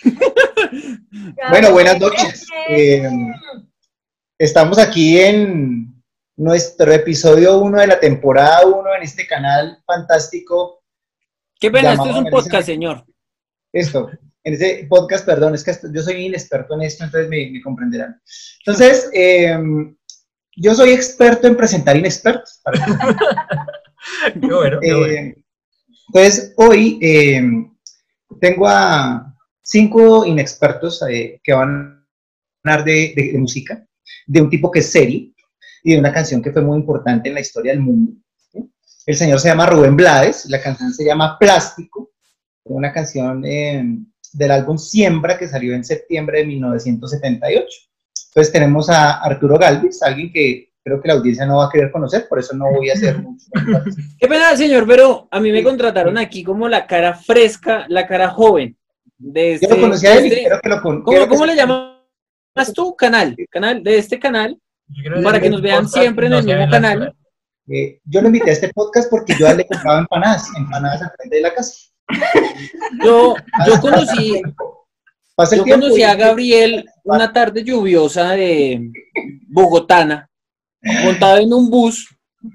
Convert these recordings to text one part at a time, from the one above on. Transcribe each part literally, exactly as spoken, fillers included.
Bueno, buenas noches. Eh, estamos aquí en nuestro episodio uno de la temporada uno en este canal fantástico. Qué pena, esto es un podcast, señor. Esto, en ese podcast, perdón, es que yo soy inexperto en esto, entonces me, me comprenderán. Entonces, eh, yo soy experto en presentar inexpertos. Qué bueno, qué bueno. Eh, entonces, hoy eh, tengo a cinco inexpertos eh, que van a hablar de, de, de música, de un tipo que es serio y de una canción que fue muy importante en la historia del mundo. ¿Sí? El señor se llama Rubén Blades, la canción se llama Plástico, una canción eh, del álbum Siembra que salió en septiembre de mil novecientos setenta y ocho. Entonces tenemos a Arturo Galvis, alguien que creo que la audiencia no va a querer conocer, por eso no voy a hacer mucho. Qué pena, señor, pero a mí me contrataron aquí como la cara fresca, la cara joven. De este, Yo lo conocí a él, este, creo que lo con, ¿Cómo, ¿cómo que le llamas tú? Canal, canal de este canal, para que nos vean siempre en el mismo canal. Eh, yo lo invité a este podcast porque yo a él le compraba empanadas, empanadas al frente de la casa. Yo, yo conocí, yo conocí a Gabriel una tarde lluviosa de bogotana, montado en un bus.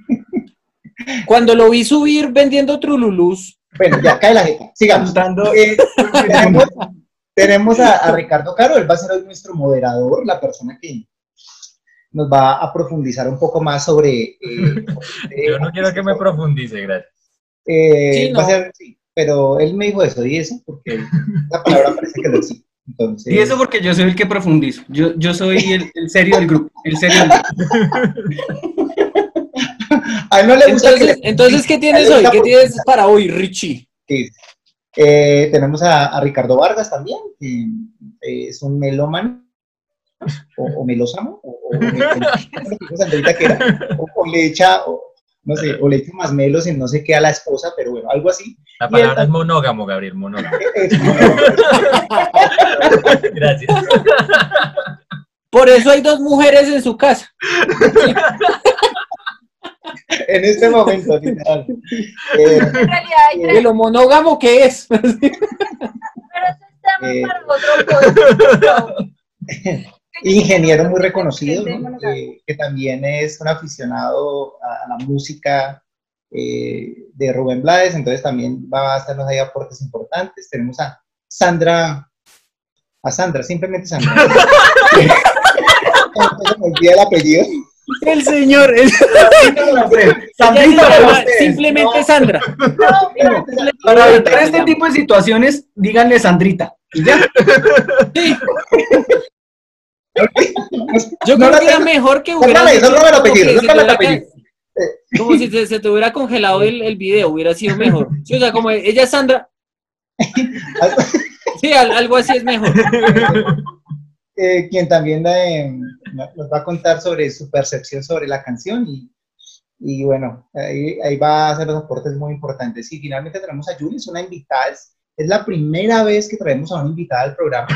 Cuando lo vi subir vendiendo trululús. Bueno, ya cae la gente. Sigamos. Eh, tenemos tenemos a, a Ricardo Caro, él va a ser hoy nuestro moderador, la persona que nos va a profundizar un poco más sobre... Eh, sobre Yo no quiero que me profundice, gracias. Eh, sí, no. va a ser, sí, pero él me dijo eso, y eso, porque la palabra parece que lo existe. Entonces... Y eso porque yo soy el que profundizo. Yo, yo soy el, el serio del grupo. El serio del grupo. A él no le gusta entonces, que le... entonces, ¿qué tienes hoy? ¿Qué tienes para hoy, Richie? Sí. Eh, tenemos a, a Ricardo Vargas también, que eh, es un melómano, o, o melósamo, o, o, o, o le echa, o, no sé, o le echa más melos y no sé qué a la esposa, pero bueno, algo así. La palabra es monógamo, Gabriel, monógamo. Es monógamo. Gracias. Por eso hay dos mujeres en su casa. En este momento, literal. Eh, en realidad hay tres. ¿De lo monógamo que es? Pero eso está eh, para otro podcast. Ingeniero muy reconocido, ¿no? eh, que también es un aficionado a, a la música eh, de Rubén Blades, entonces también va a hacernos ahí aportes importantes. Tenemos a Sandra, a Sandra, simplemente Sandra. Se me olvida el apellido. El señor, el... Sandrita, simplemente no. Sandra. No, para evitar este tipo de situaciones, díganle Sandrita. ¿Ya? Sí. Yo creo que era mejor que hubiera no, no, no, apellido, no, no, que, como si se, se te hubiera congelado el, el video, hubiera sido mejor. Sí, o sea, como ella es Sandra. Sí, algo así es mejor. Eh, quien también eh, nos va a contar sobre su percepción sobre la canción y, y bueno, ahí, ahí va a hacer los aportes muy importantes. Y finalmente tenemos a Julie, es una invitada, es, es la primera vez que traemos a una invitada al programa.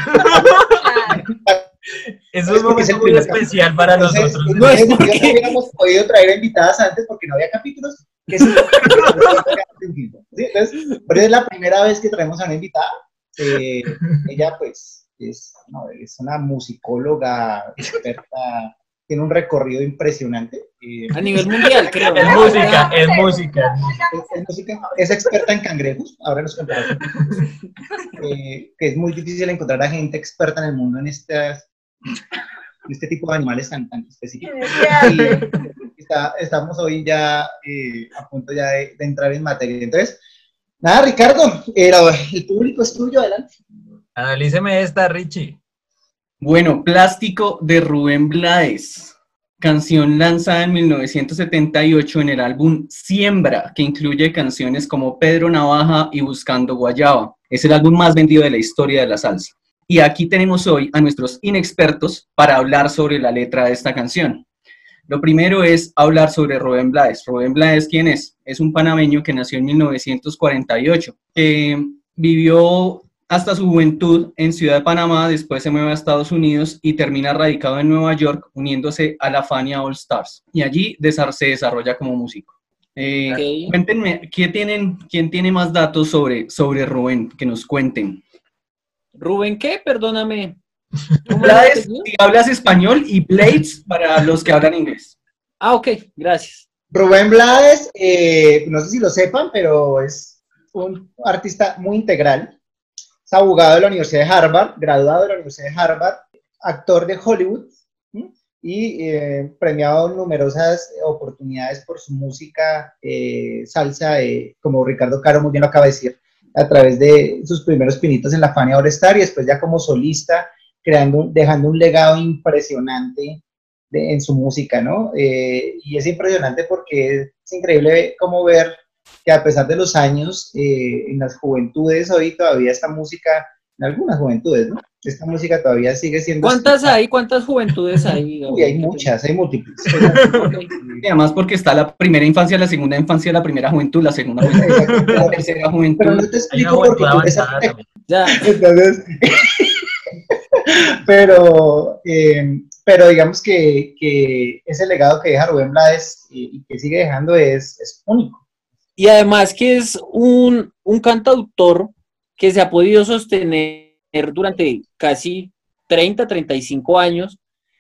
Eso es un momento muy especial para entonces, nosotros. No es porque no hubiéramos podido traer invitadas antes porque no había capítulos. Que sí, ¿sí? Entonces, pero es la primera vez que traemos a una invitada. Eh, ella pues es, no, es una musicóloga experta, tiene un recorrido impresionante. Eh, a nivel mundial, creo. Es música, es música. Es, es música. Es experta en cangrejos, ahora nos contará. Eh, que es muy difícil encontrar a gente experta en el mundo en, estas, en este tipo de animales tan, tan específicos. Y está, estamos hoy ya eh, a punto ya de, de entrar en materia. Entonces, nada, Ricardo, el, el público es tuyo, adelante. Analíceme esta, Richie. Bueno, Plástico de Rubén Blades, canción lanzada en mil novecientos setenta y ocho en el álbum Siembra, que incluye canciones como Pedro Navaja y Buscando Guayaba. Es el álbum más vendido de la historia de la salsa. Y aquí tenemos hoy a nuestros inexpertos para hablar sobre la letra de esta canción. Lo primero es hablar sobre Rubén Blades. Rubén Blades, ¿quién es? Es un panameño que nació en mil novecientos cuarenta y ocho, que vivió hasta su juventud en Ciudad de Panamá, después se mueve a Estados Unidos y termina radicado en Nueva York, uniéndose a la Fania All Stars. Y allí se desarrolla como músico. Eh, okay. Cuéntenme, ¿quién, tienen, ¿quién tiene más datos sobre, sobre Rubén? Que nos cuenten. Rubén, ¿qué? Perdóname. Blades, si hablas español, y Blades para los que hablan inglés. Ah, ok, gracias. Rubén Blades, eh, no sé si lo sepan, pero es un artista muy integral. Es abogado de la Universidad de Harvard, graduado de la Universidad de Harvard, actor de Hollywood, ¿sí? y eh, premiado en numerosas oportunidades por su música eh, salsa, eh, como Ricardo Caro muy bien lo acaba de decir, a través de sus primeros pinitos en la Fania All Star y después ya como solista, creando, dejando un legado impresionante de, en su música, ¿no? Eh, y es impresionante porque es increíble cómo ver que a pesar de los años, eh, en las juventudes hoy todavía esta música, en algunas juventudes, ¿no? Esta música todavía sigue siendo... ¿Cuántas escuchada. hay? ¿Cuántas juventudes hay? Uy, hay muchas, hay múltiples. Okay. Y además porque está la primera infancia, la segunda infancia, la primera juventud, la segunda juventud, la tercera juventud. Pero no te explico por qué tú eres arquitecto. Ya. Entonces, pero, eh, pero digamos que, que ese legado que deja Rubén Blades y, y que sigue dejando es, es único. Y además que es un, un cantautor que se ha podido sostener durante casi treinta, treinta y cinco años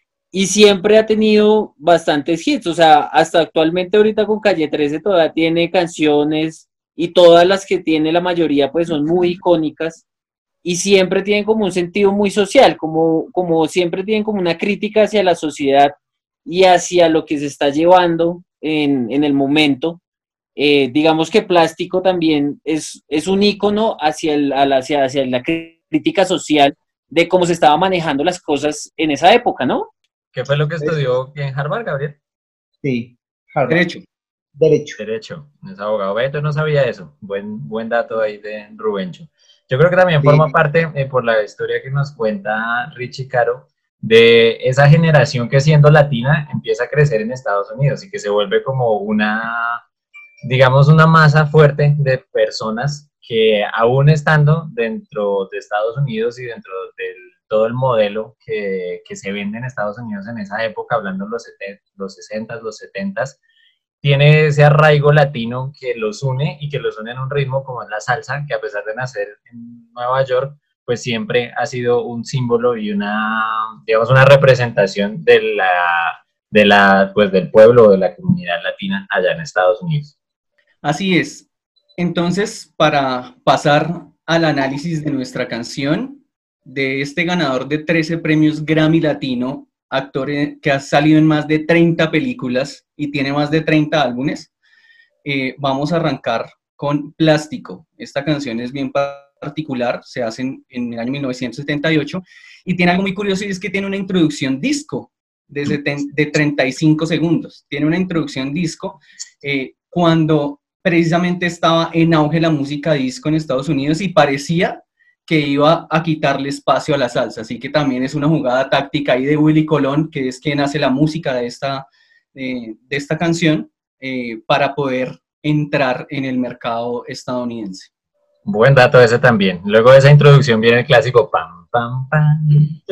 y siempre ha tenido bastantes hits, o sea, hasta actualmente ahorita con Calle trece todavía tiene canciones y todas las que tiene la mayoría pues son muy icónicas y siempre tienen como un sentido muy social, como, como siempre tienen como una crítica hacia la sociedad y hacia lo que se está llevando en, en el momento. Eh, digamos que Plástico también es, es un ícono hacia, el, hacia, hacia la crítica social de cómo se estaban manejando las cosas en esa época, ¿no? ¿Qué fue lo que estudió en Harvard, Gabriel? Sí, Harvard. Derecho. Derecho. Derecho, es abogado. Ve, yo no sabía eso. Buen, buen dato ahí de Rubencho. Yo creo que también Sí. forma parte, eh, por la historia que nos cuenta Richie Caro, de esa generación que siendo latina empieza a crecer en Estados Unidos y que se vuelve como una, digamos, una masa fuerte de personas que aún estando dentro de Estados Unidos y dentro del todo el modelo que, que se vende en Estados Unidos en esa época, hablando de los, los sesenta, los setenta, tiene ese arraigo latino que los une y que los une en un ritmo como es la salsa, que a pesar de nacer en Nueva York, pues siempre ha sido un símbolo y una, digamos, una representación de la, de la, pues del pueblo o de la comunidad latina allá en Estados Unidos. Así es. Entonces, para pasar al análisis de nuestra canción, de este ganador de trece premios Grammy Latino, actor que ha salido en más de treinta películas y tiene más de treinta álbumes, eh, vamos a arrancar con Plástico. Esta canción es bien particular, se hace en, en el año mil novecientos setenta y ocho y tiene algo muy curioso y es que tiene una introducción disco de, setenta, de treinta y cinco segundos. Tiene una introducción disco eh, cuando precisamente estaba en auge la música disco en Estados Unidos y parecía que iba a quitarle espacio a la salsa, así que también es una jugada táctica ahí de Willy Colón, que es quien hace la música de esta, eh, de esta canción, eh, para poder entrar en el mercado estadounidense. Buen dato ese también. Luego de esa introducción viene el clásico pam, pam, pam.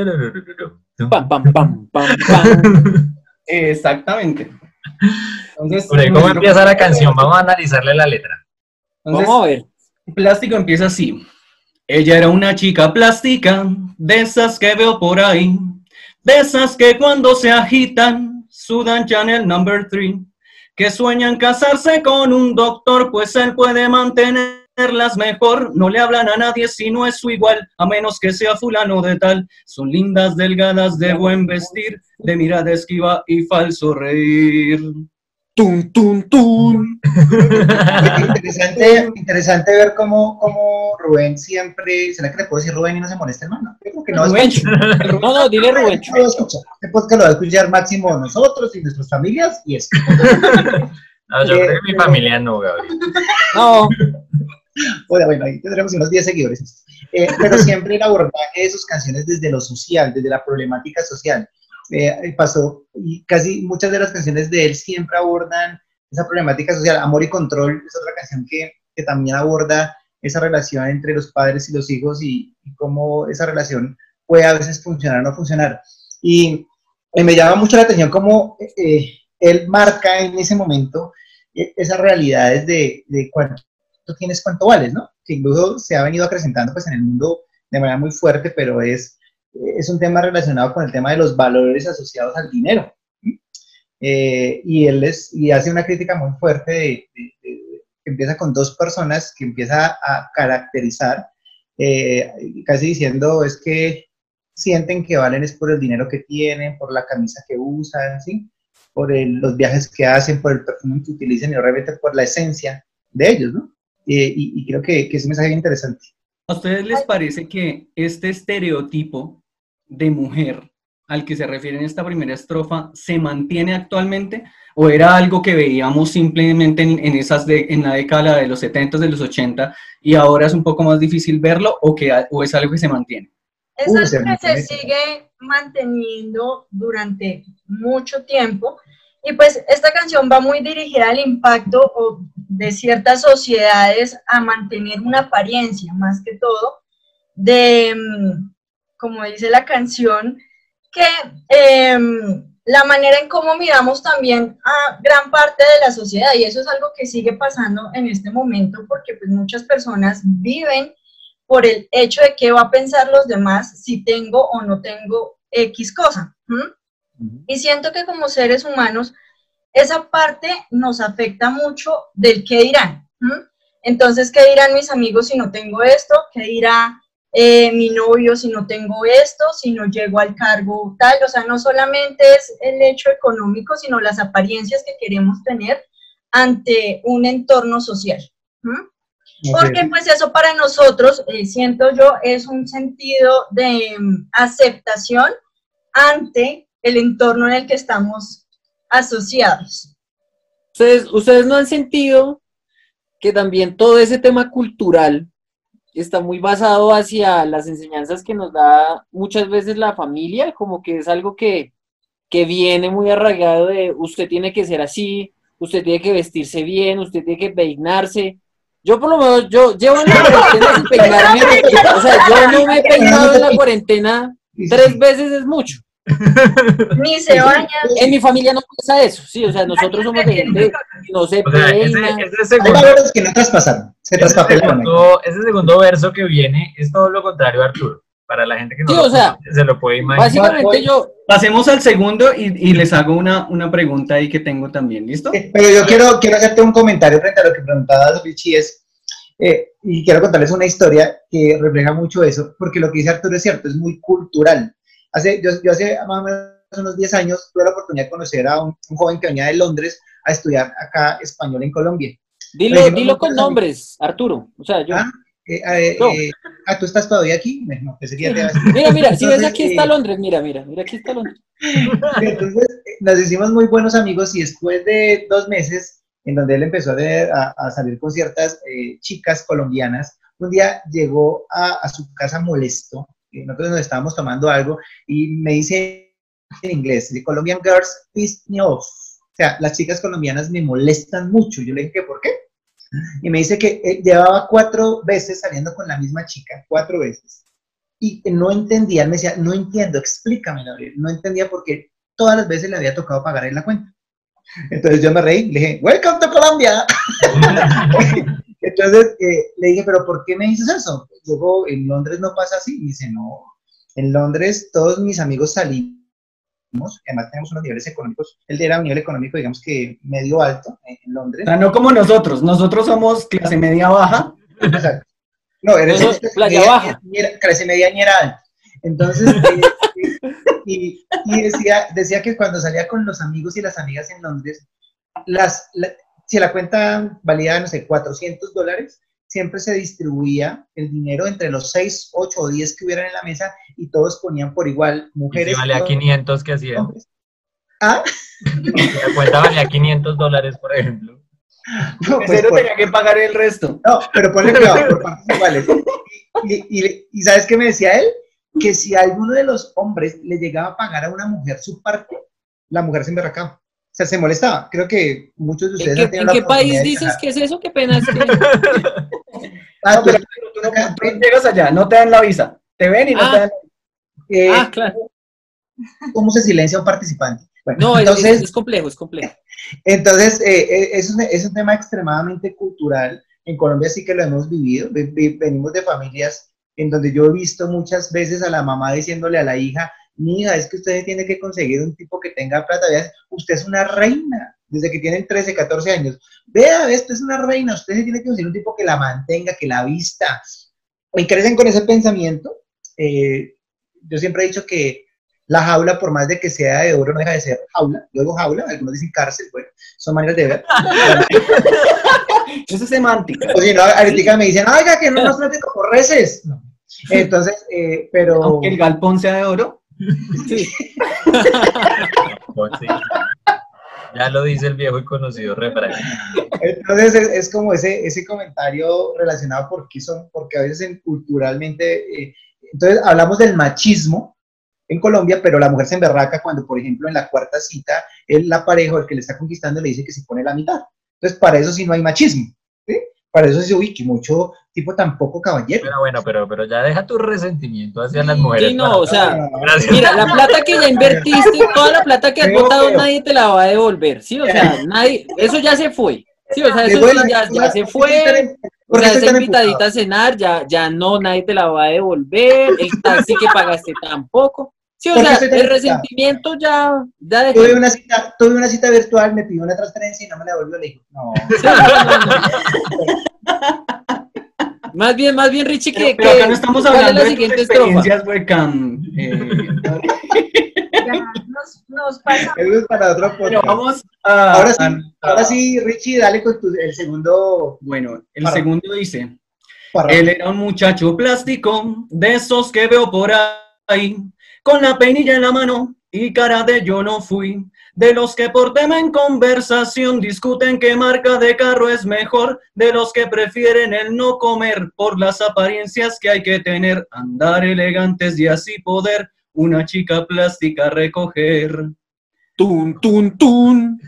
Pam, pam, pam, pam, pam. Exactamente. Entonces, ¿cómo empieza la canción? Vamos a analizarle la letra. Entonces, vamos a ver. Plástico empieza así. Ella era una chica plástica, de esas que veo por ahí, de esas que cuando se agitan, sudan Chanel number three, que sueñan casarse con un doctor, pues él puede mantenerlas mejor, no le hablan a nadie si no es su igual, a menos que sea fulano de tal, son lindas, delgadas, de buen vestir, de mirada esquiva y falso reír. Tum, tum, tum. Interesante, interesante ver cómo, cómo Rubén siempre, ¿será que le puedo decir Rubén y no se molesta, hermano? Yo creo que no. Rubencho. No, no, dile Rubencho. No lo escucha. Este podcast lo va a escuchar máximo nosotros y nuestras familias y eso. No, yo creo que mi familia no, Gabriel. No. Bueno, bueno, ahí tendremos unos diez seguidores. Eh, pero siempre el abordaje de sus canciones desde lo social, desde la problemática social. Eh, pasó, y casi muchas de las canciones de él siempre abordan esa problemática social. Amor y Control es otra canción que, que también aborda esa relación entre los padres y los hijos y, y cómo esa relación puede a veces funcionar o no funcionar. Y eh, me llama mucho la atención cómo eh, él marca en ese momento eh, esas realidades de, de cuánto tienes, cuánto vales, ¿no? Que incluso se ha venido acrecentando pues, en el mundo de manera muy fuerte, pero es, es un tema relacionado con el tema de los valores asociados al dinero. Eh, y él es, y hace una crítica muy fuerte de, de, de, que empieza con dos personas, que empieza a caracterizar, eh, casi diciendo, es que sienten que valen es por el dinero que tienen, por la camisa que usan, ¿sí? Por el, los viajes que hacen, por el perfume que utilizan y realmente por la esencia de ellos, ¿no? Eh, y, y creo que, que es un mensaje interesante. ¿A ustedes les parece que este estereotipo de mujer al que se refiere en esta primera estrofa se mantiene actualmente? ¿O era algo que veíamos simplemente en, en, esas de, en la década de los setenta, de los ochenta, y ahora es un poco más difícil verlo, o, que, o es algo que se mantiene? Es Uh, algo se que mantiene. se sigue manteniendo durante mucho tiempo. Y pues esta canción va muy dirigida al impacto de ciertas sociedades a mantener una apariencia, más que todo, de, como dice la canción, que eh, la manera en cómo miramos también a gran parte de la sociedad, y eso es algo que sigue pasando en este momento, porque pues muchas personas viven por el hecho de qué va a pensar los demás si tengo o no tengo X cosa. ¿Mm? Y siento que como seres humanos, esa parte nos afecta mucho del qué dirán. ¿Mm? Entonces, ¿qué dirán mis amigos si no tengo esto? ¿Qué dirá eh, mi novio si no tengo esto? Si no llego al cargo tal. O sea, no solamente es el hecho económico, sino las apariencias que queremos tener ante un entorno social. ¿Mm? Porque pues eso para nosotros, eh, siento yo, es un sentido de um, aceptación ante el entorno en el que estamos asociados. ¿Ustedes, ustedes no han sentido que también todo ese tema cultural está muy basado hacia las enseñanzas que nos da muchas veces la familia? Como que es algo que, que viene muy arraigado de usted tiene que ser así, usted tiene que vestirse bien, usted tiene que peinarse. Yo por lo menos, yo llevo en la cuarentena sin peinarme, o sea, yo no me he peinado en la cuarentena tres veces, es mucho. Ni se baña. En mi familia no pasa eso, sí, o sea, nosotros somos de gente que no se O sea, ese, peina. ese segundo, Hay valores que no traspasaron, se ese, traspapelan. segundo, ese segundo verso que viene es todo lo contrario a Arturo. Para la gente que no Sí, lo o sea, conoce, se lo puede imaginar. Básicamente yo, Pasemos al segundo y, y les hago una, una pregunta ahí que tengo también, ¿listo? Eh, Pero yo quiero, quiero hacerte un comentario frente a lo que preguntabas, Richie, es, eh, y quiero contarles una historia que refleja mucho eso, porque lo que dice Arturo es cierto, es muy cultural. Hace, yo, yo hace más o menos unos diez años tuve la oportunidad de conocer a un, un joven que venía de Londres a estudiar acá español en Colombia. dilo, dilo con nombres, Arturo, o sea, yo. Ah, eh, eh, No. eh, ah, ¿tú estás todavía aquí? No, que sería te- Mira, mira, si ves Entonces, aquí está eh, Londres, mira, mira, mira, aquí está Londres. Entonces eh, nos hicimos muy buenos amigos y después de dos meses en donde él empezó a, ver, a, a salir con ciertas eh, chicas colombianas, un día llegó a, a su casa molesto, eh, nosotros nos estábamos tomando algo y me dice en inglés, the Colombian girls piss me off, o sea, las chicas colombianas me molestan mucho. Yo le dije, ¿por qué? Y me dice que eh, llevaba cuatro veces saliendo con la misma chica, cuatro veces. Y no entendía, él me decía, no entiendo, explícame, Gabriel. No entendía por qué todas las veces le había tocado pagar en la cuenta. Entonces yo me reí, le dije, welcome to Colombia. Entonces eh, le dije, pero ¿por qué me dices eso? Luego en Londres no pasa así. Y me dice, no, en Londres todos mis amigos salimos, además tenemos unos niveles económicos, él era un nivel económico, digamos que medio alto en Londres. O sea, no como nosotros, nosotros somos clase media baja. Exacto. No, eres No, no, playa media, baja. Ñera, clase media ñera alta. Entonces, eh, y, y decía, decía que cuando salía con los amigos y las amigas en Londres, las, la, si la cuenta valía, no sé, cuatrocientos dólares, siempre se distribuía el dinero entre los seis, ocho o diez que hubieran en la mesa y todos ponían por igual, mujeres. Y si valía quinientos, ¿qué hacía? Hombres. ¿Ah? La cuenta valía quinientos dólares, por ejemplo. No, El pues mesero por- tenía que pagar el resto. no, pero ponle cuidado, por partes iguales. Y, y, y, y ¿sabes qué me decía él? Que si alguno de los hombres le llegaba a pagar a una mujer su parte, la mujer se emberracaba. O sea, se molestaba. Creo que muchos de ¿En ustedes qué, han tenido en la qué oportunidad país de dices viajar. que es eso? Qué pena es que... Ah, No, tú- pero tú no, tú no llegas allá, no te dan la visa. Te ven y no Ah. te dan. eh, Ah, claro. ¿Cómo se silencia a un participante? Bueno, No, es, entonces, es, es complejo, es complejo. entonces eh, eh, es, un, es un tema extremadamente cultural. En Colombia sí que lo hemos vivido. Vi- vi- Venimos de familias en donde yo he visto muchas veces a la mamá diciéndole a la hija, mi hija, es que usted tiene que conseguir un tipo que tenga plata, vea, usted es una reina, desde que tienen trece, catorce años, vea, vea, usted es una reina, usted se tiene que conseguir un tipo que la mantenga, que la vista, y crecen con ese pensamiento. eh, yo siempre he dicho que la jaula, por más de que sea de oro, no deja de ser jaula. Yo digo jaula, algunos dicen cárcel, bueno, son maneras de ver. Eso es semántica. O si no, ahorita me dicen, oiga, que no nos trate como reces. No. Entonces, eh, pero... Aunque el galpón sea de oro. Sí. Pues sí. Ya lo dice el viejo y conocido refrán. Entonces, es, es como ese, ese comentario relacionado por qué son, porque a veces en, culturalmente... Eh, entonces, hablamos del machismo en Colombia, pero la mujer se emberraca cuando, por ejemplo, en la cuarta cita, él, la pareja, el que le está conquistando, le dice que se pone la mitad. Entonces, para eso sí no hay machismo, ¿sí? Para eso sí, uy, que mucho tipo tampoco caballero. Pero bueno, pero, pero ya deja tu resentimiento hacia las mujeres. Sí, no, o sea, Gracias. mira, la plata que ya invertiste, toda la plata que has Creo, botado, creo. nadie te la va a devolver, ¿sí? O sea, nadie, eso ya se fue, ¿sí? O sea, eso Bueno, sí ya, ya se ¿por qué están fue, en- o por qué sea, están esa tan invitadita a cenar, ya, ya no, nadie te la va a devolver, el taxi que pagaste tampoco, sí, o ¿Por qué sea, estoy tan el emputado? resentimiento ya, ya Tuve dejó. una cita, tuve una cita virtual, me pidió una transferencia y no me la devolvió, le dijo, no. Sí, no, no, no. Más bien, más bien, Richie, Pero, que, pero acá no que- estamos ¿cuál es hablando la de tus siguiente estrofa? experiencias webcam. Eh, Ya nos, nos pasa. Eso es para otro bueno, podcast. vamos a... Ahora sí, a- ahora sí, Richie, dale con tu, el segundo Bueno, el Párrafo. segundo dice... párrafo. Él era un muchacho plástico, de esos que veo por ahí, con la peinilla en la mano y cara de yo no fui, de los que por tema en conversación discuten qué marca de carro es mejor, de los que prefieren el no comer por las apariencias que hay que tener, andar elegantes y así poder una chica plástica recoger. Tun, tun, tun.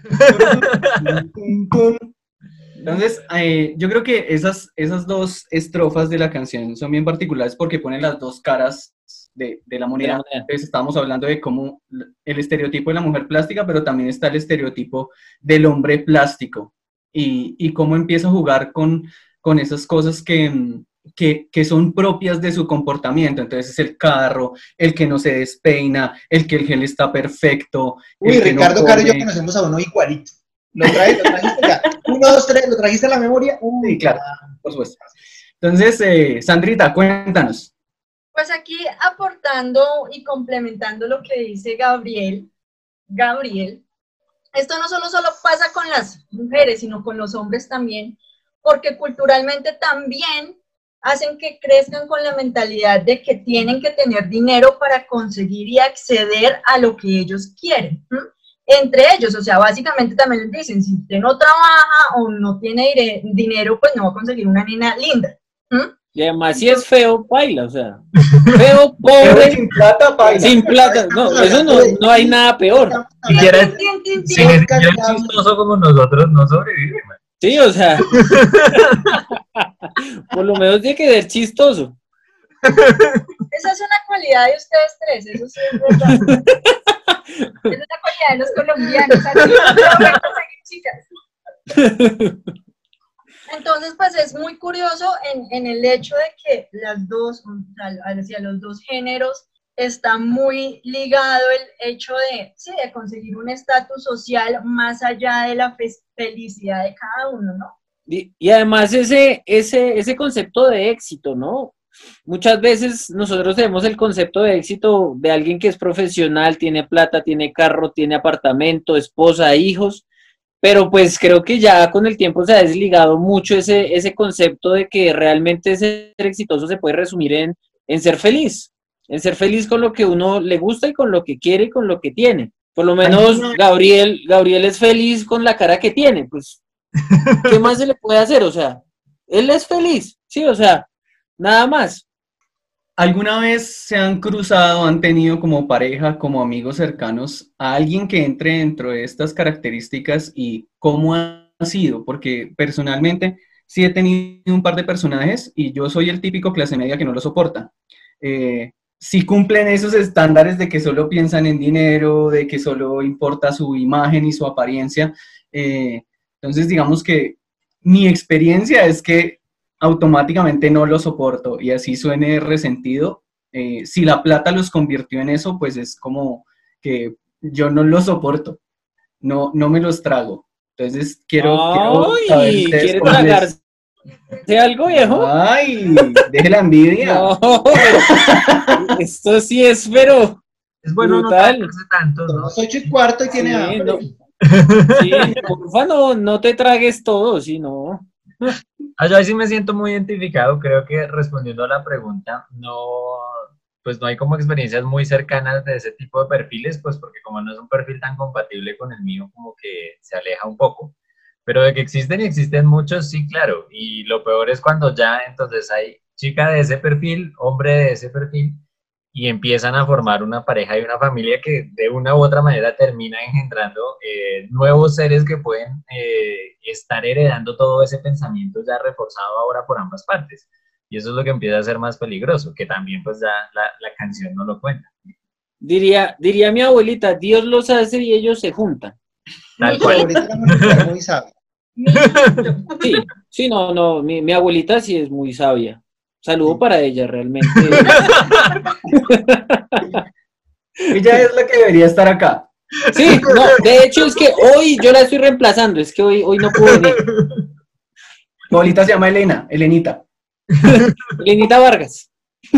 Entonces, eh, yo creo que esas, esas dos estrofas de la canción son bien particulares porque ponen las dos caras de, de la moneda. De la moneda. Entonces, estábamos hablando de cómo el estereotipo de la mujer plástica, pero también está el estereotipo del hombre plástico y, y cómo empieza a jugar con, con esas cosas que, que, que son propias de su comportamiento. Entonces, es el carro, el que no se despeina, el que el gel está perfecto. Uy, el que no Ricardo Caro y yo come. conocemos a uno igualito. ¿Lo traes? ¿Lo trajiste ya? Uno, dos, tres, ¿lo trajiste a la memoria? Uy, Sí, claro, por supuesto. Entonces, eh, Sandrita, cuéntanos. Pues aquí aportando y complementando lo que dice Gabriel, Gabriel, esto no solo, solo pasa con las mujeres, sino con los hombres también, porque culturalmente también hacen que crezcan con la mentalidad de que tienen que tener dinero para conseguir y acceder a lo que ellos quieren. ¿m? Entre ellos, o sea, básicamente también les dicen, si usted no trabaja o no tiene dire- dinero, pues no va a conseguir una nena linda. ¿m? Y además, si es feo, baila, o sea, feo, pobre, sin plata, paila. sin plata, no, eso no, no hay nada peor. Si quieres, Tin, tin, tin, si tin. ni siquiera es chistoso como nosotros, no sobrevive, man. Sí, o sea, por lo menos tiene que ser chistoso. Esa es una cualidad de ustedes tres, eso sí es verdad. Es una cualidad de los colombianos, así no conseguir chicas. Entonces, pues es muy curioso en, en el hecho de que las dos, o sea, hacia los dos géneros, está muy ligado el hecho de, sí, de conseguir un estatus social más allá de la fe- felicidad de cada uno, ¿no? Y, y además ese, ese, ese concepto de éxito, ¿no? Muchas veces nosotros tenemos el concepto de éxito de alguien que es profesional, tiene plata, tiene carro, tiene apartamento, esposa, hijos, pero pues creo que ya con el tiempo se ha desligado mucho ese, ese concepto de que realmente ser exitoso se puede resumir en, en ser feliz, en ser feliz con lo que uno le gusta y con lo que quiere y con lo que tiene. Por lo menos Gabriel, Gabriel es feliz con la cara que tiene, pues, ¿qué más se le puede hacer? O sea, él es feliz, sí, o sea, nada más. ¿Alguna vez se han cruzado, han tenido como pareja, como amigos cercanos, a alguien que entre dentro de estas características y cómo ha sido? Porque personalmente sí he tenido un par de personajes y yo soy el típico clase media que no lo soporta. Eh, sí cumplen esos estándares de que solo piensan en dinero, de que solo importa su imagen y su apariencia. Eh, entonces, digamos que mi experiencia es que automáticamente no lo soporto y así suene resentido. Eh, si la plata los convirtió en eso, pues es como que yo no lo soporto, no, no me los trago. Entonces quiero, quiero saber Ay, ustedes ¿quiere cómo les- tragarse algo, viejo? Ay, deje la envidia. No, pero esto sí es, pero Es bueno brutal. no tratarse tanto, Son ¿no? las ocho y cuarto y tiene Sí, hambre. no. Sí, porfa, no, no te tragues todo, sí, no. Ah, yo ahí sí me siento muy identificado, creo que respondiendo a la pregunta, no, pues no hay como experiencias muy cercanas de ese tipo de perfiles, pues porque como no es un perfil tan compatible con el mío, como que se aleja un poco. Pero de que existen y existen muchos, sí, claro. Y lo peor es cuando ya entonces hay chica de ese perfil, hombre de ese perfil, y empiezan a formar una pareja y una familia que de una u otra manera termina engendrando eh, nuevos seres que pueden eh, estar heredando todo ese pensamiento ya reforzado ahora por ambas partes. Y eso es lo que empieza a ser más peligroso, que también pues ya la, la canción no lo cuenta. Diría, diría mi abuelita, Dios los hace y ellos se juntan. Tal Tu cual. abuelita era una mujer muy sabia. Sí, sí, no, no, mi, mi abuelita sí es muy sabia. Saludo para ella, realmente. Ella es la que debería estar acá. Sí, no, de hecho es que hoy yo la estoy reemplazando, es que hoy, hoy no puedo venir. Tu abuelita se llama Elena, Elenita. Lenita Vargas.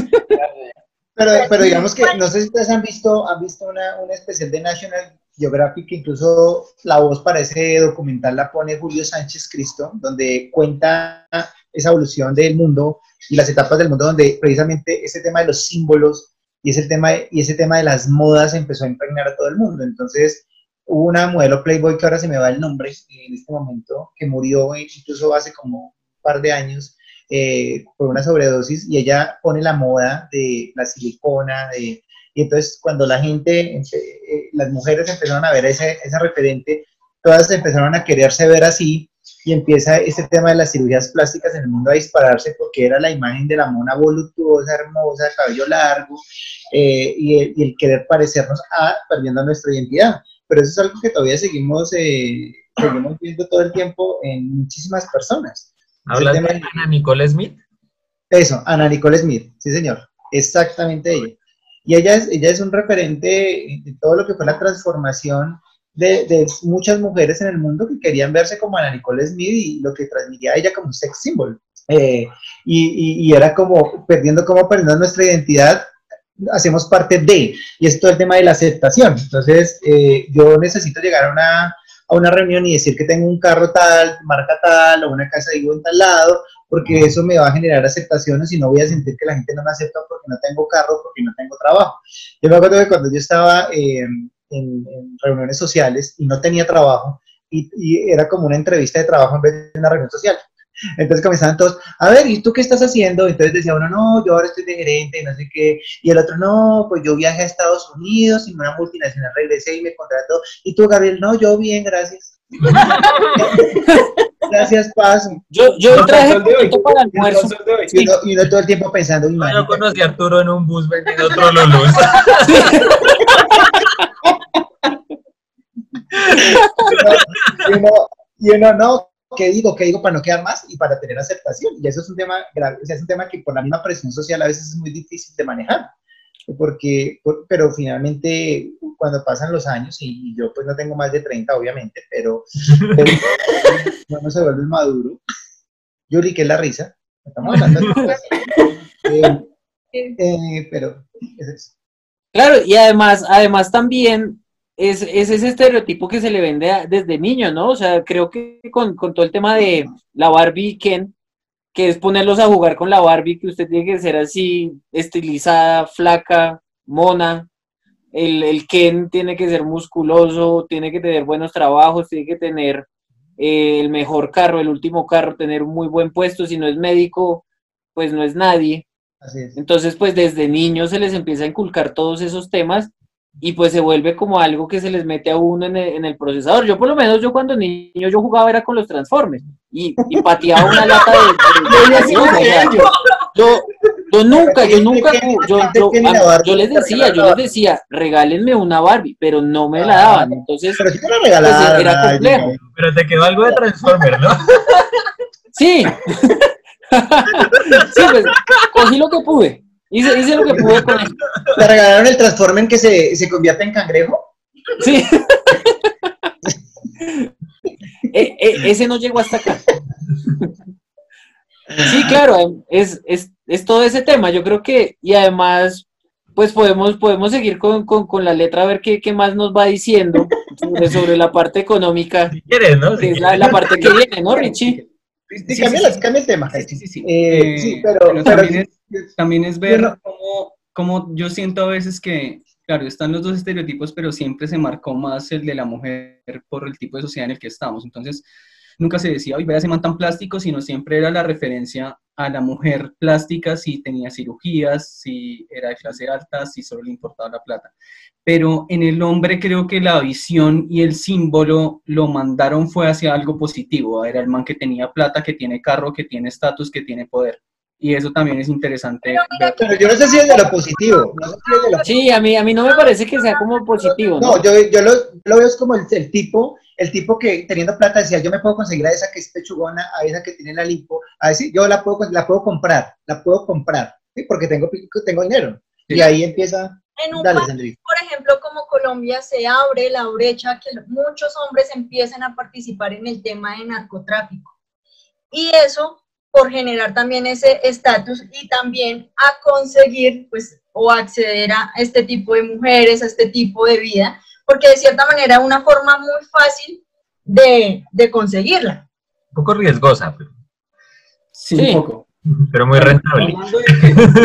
Pero, pero digamos que, no sé si ustedes han visto, han visto una, una especial de National Geographic, que incluso la voz para ese documental la pone Julio Sánchez Cristo, donde cuenta esa evolución del mundo y las etapas del mundo, donde precisamente ese tema de los símbolos y ese tema, y ese tema de las modas empezó a impregnar a todo el mundo. Entonces, hubo una modelo Playboy, que ahora se me va el nombre en este momento, que murió incluso hace como un par de años, Eh, por una sobredosis, y ella pone la moda de la silicona, de, y entonces cuando la gente, eh, las mujeres empezaron a ver ese, ese referente, todas empezaron a quererse ver así, y empieza este tema de las cirugías plásticas en el mundo a dispararse, porque era la imagen de la mona voluptuosa, hermosa, cabello largo, eh, y, el, y el querer parecernos a, perdiendo nuestra identidad. Pero eso es algo que todavía seguimos, eh, seguimos viendo todo el tiempo en muchísimas personas. ¿Hablas de Ana Nicole Smith? Eso, Ana Nicole Smith, sí señor, exactamente ella. Y ella es, ella es un referente de todo lo que fue la transformación de, de muchas mujeres en el mundo que querían verse como Ana Nicole Smith, y lo que transmitía ella como un sex symbol. Eh, y, y, y era como perdiendo, como perdiendo nuestra identidad, hacemos parte de, y es todo el tema de la aceptación. Entonces, eh, yo necesito llegar a una... a una reunión y decir que tengo un carro tal, marca tal, o una casa vivo en tal lado, porque eso me va a generar aceptación, y no voy a sentir que la gente no me acepta porque no tengo carro, porque no tengo trabajo. Yo me acuerdo que cuando yo estaba eh, en, en reuniones sociales y no tenía trabajo, y, y era como una entrevista de trabajo en vez de una reunión social. Entonces comenzaban todos, a ver, ¿y tú qué estás haciendo? Entonces decía uno, no, yo ahora estoy de gerente y no sé qué, y el otro, no, pues yo viajé a Estados Unidos y una multinacional regresé y me contrató, y tú, Gabriel, no, yo bien, gracias. Gracias, Paz. Yo, yo No, traje el de hoy. para el almuerzo. Y uno, y uno todo el tiempo pensando, uy, Yo marica, conocí a Arturo en un bus vendiendo otro Lulus. y uno, y uno, no, ¿qué digo? ¿Qué digo para no quedar más y para tener aceptación? Y eso es un tema grave, o sea, es un tema que por la misma presión social a veces es muy difícil de manejar, porque, por, pero finalmente cuando pasan los años, y, y yo pues no tengo más de treinta obviamente, pero, pero uno se vuelve maduro. Yuri, ¿qué es la risa? Estamos hablando de cosas. Eh, eh, pero es eso. Claro, y además, además también es, es ese estereotipo que se le vende a, desde niño, ¿no? O sea, creo que con, con todo el tema de la Barbie Ken, que es ponerlos a jugar con la Barbie, que usted tiene que ser así, estilizada, flaca, mona. El, el Ken tiene que ser musculoso, tiene que tener buenos trabajos, tiene que tener eh, el mejor carro, el último carro, tener un muy buen puesto. Si no es médico, pues no es nadie. Así es. Entonces, pues desde niños se les empieza a inculcar todos esos temas, y pues se vuelve como algo que se les mete a uno en el, en el procesador. Yo por lo menos, yo cuando niño yo jugaba era con los Transformers, y, y pateaba una lata de... de, de, de, de o sea, yo, yo nunca, yo nunca, yo, yo, a, yo les decía, yo les decía, regálenme una Barbie, pero no me la daban. Entonces, pero si te la regalaron, pues, era complejo. Pero te quedó algo de Transformer, ¿no? Sí. Sí, pues, cogí lo que pude. Hice, hice lo que pude con eso. ¿Te regalaron el Transformer que se, se convierte en cangrejo? Sí. e, e, ese no llegó hasta acá. Sí, claro, es, es, es todo ese tema. Yo creo que, y además, pues podemos, podemos seguir con, con, con la letra a ver qué, qué más nos va diciendo sobre, sobre la parte económica. Si quieres, ¿no? Que es la, la parte que viene, ¿no, Richie? Sí, sí, cambia, sí, sí, cambia el tema. Sí, sí, sí. Eh, Eh, sí, pero, pero pero también, es, también es ver no, cómo, cómo yo siento a veces que, claro, están los dos estereotipos, pero siempre se marcó más el de la mujer por el tipo de sociedad en el que estamos. Entonces, nunca se decía, oye, vea ese man tan plástico, sino siempre era la referencia a la mujer plástica si tenía cirugías, si era de clase alta, si solo le importaba la plata. Pero en el hombre creo que la visión y el símbolo lo mandaron fue hacia algo positivo. Era el man que tenía plata, que tiene carro, que tiene estatus, que tiene poder. Y eso también es interesante. Pero, mira, pero yo no sé si es de lo positivo. No sé si es de lo Sí, a mí, a mí no me parece que sea como positivo, ¿no? No, yo, yo, lo, yo lo veo es como el, el tipo, el tipo que teniendo plata decía, yo me puedo conseguir a esa que es pechugona, a esa que tiene la lipo, a decir, yo la puedo, la puedo comprar, la puedo comprar, ¿sí? Porque tengo, tengo dinero. Sí. Y ahí empieza... En un Dale, país, por ejemplo, como Colombia, se abre la brecha que muchos hombres empiecen a participar en el tema de narcotráfico. Y eso por generar también ese estatus y también a conseguir, pues, o acceder a este tipo de mujeres, a este tipo de vida, porque de cierta manera es una forma muy fácil de, de conseguirla. Un poco riesgosa, pero... Sí, sí, un poco. Pero muy rentable. Hablando de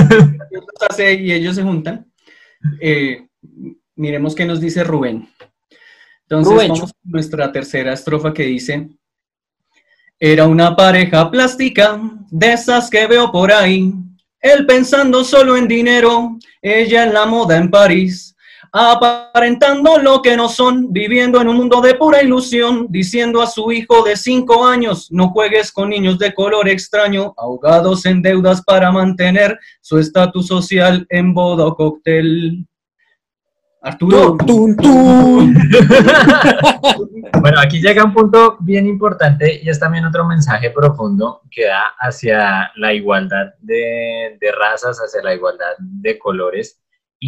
que hace y ellos se juntan, eh, miremos qué nos dice Rubén. Entonces Rubén. Vamos a nuestra tercera estrofa que dice: era una pareja plástica, de esas que veo por ahí, él pensando solo en dinero, ella en la moda en París, aparentando lo que no son, viviendo en un mundo de pura ilusión, diciendo a su hijo de cinco años, no juegues con niños de color extraño, ahogados en deudas para mantener su estatus social en boda o cóctel. Arturo. Tun, tun, tun. Bueno, aquí llega un punto bien importante y es también otro mensaje profundo que da hacia la igualdad de, de razas, hacia la igualdad de colores,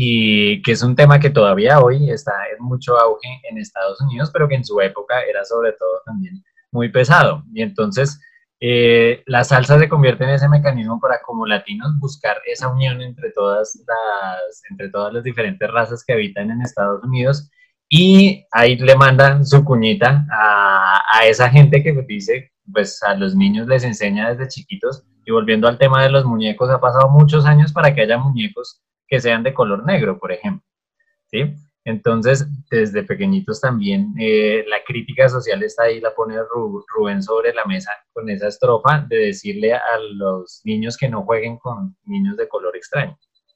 y que es un tema que todavía hoy está en mucho auge en Estados Unidos, pero que en su época era sobre todo también muy pesado. Y entonces eh, la salsa se convierte en ese mecanismo para, como latinos, buscar esa unión entre todas las, entre todas las diferentes razas que habitan en Estados Unidos, y ahí le mandan su cuñita a, a esa gente que dice, pues a los niños les enseña desde chiquitos. Y volviendo al tema de los muñecos, ha pasado muchos años para que haya muñecos que sean de color negro, por ejemplo, ¿sí? Entonces, desde pequeñitos también eh, la crítica social está ahí, la pone Rubén sobre la mesa con esa estrofa de decirle a los niños que no jueguen con niños de color extraño.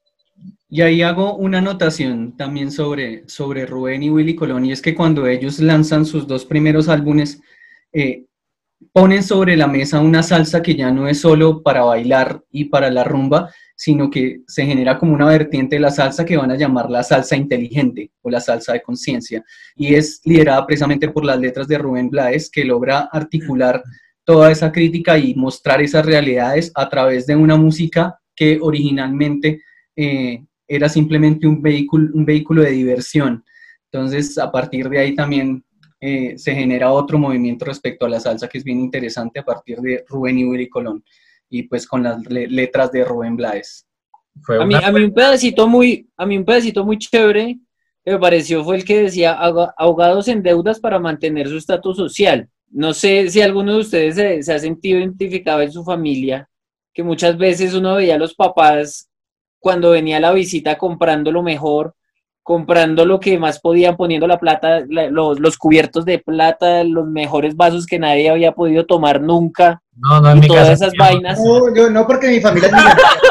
Y ahí hago una anotación también sobre, sobre Rubén y Willy Colón, y es que cuando ellos lanzan sus dos primeros álbumes, eh, ponen sobre la mesa una salsa que ya no es solo para bailar y para la rumba, sino que se genera como una vertiente de la salsa que van a llamar la salsa inteligente o la salsa de conciencia, y es liderada precisamente por las letras de Rubén Blades, que logra articular toda esa crítica y mostrar esas realidades a través de una música que originalmente eh, era simplemente un vehículo, un vehículo de diversión. Entonces, a partir de ahí también eh, se genera otro movimiento respecto a la salsa que es bien interesante a partir de Rubén y Willy Colón, y pues con las le letras de Rubén Blades. Fue a, mí, a mí un pedacito muy, a mí un pedacito muy chévere que me pareció fue el que decía ahogados en deudas para mantener su estatus social. No sé si alguno de ustedes se, se ha sentido identificado en su familia, que muchas veces uno veía a los papás cuando venía la visita comprando lo mejor, comprando lo que más podían, poniendo la plata, la, los, los cubiertos de plata, los mejores vasos que nadie había podido tomar nunca, no, no, en y mi todas casa, esas vainas. No, yo no, porque mi familia es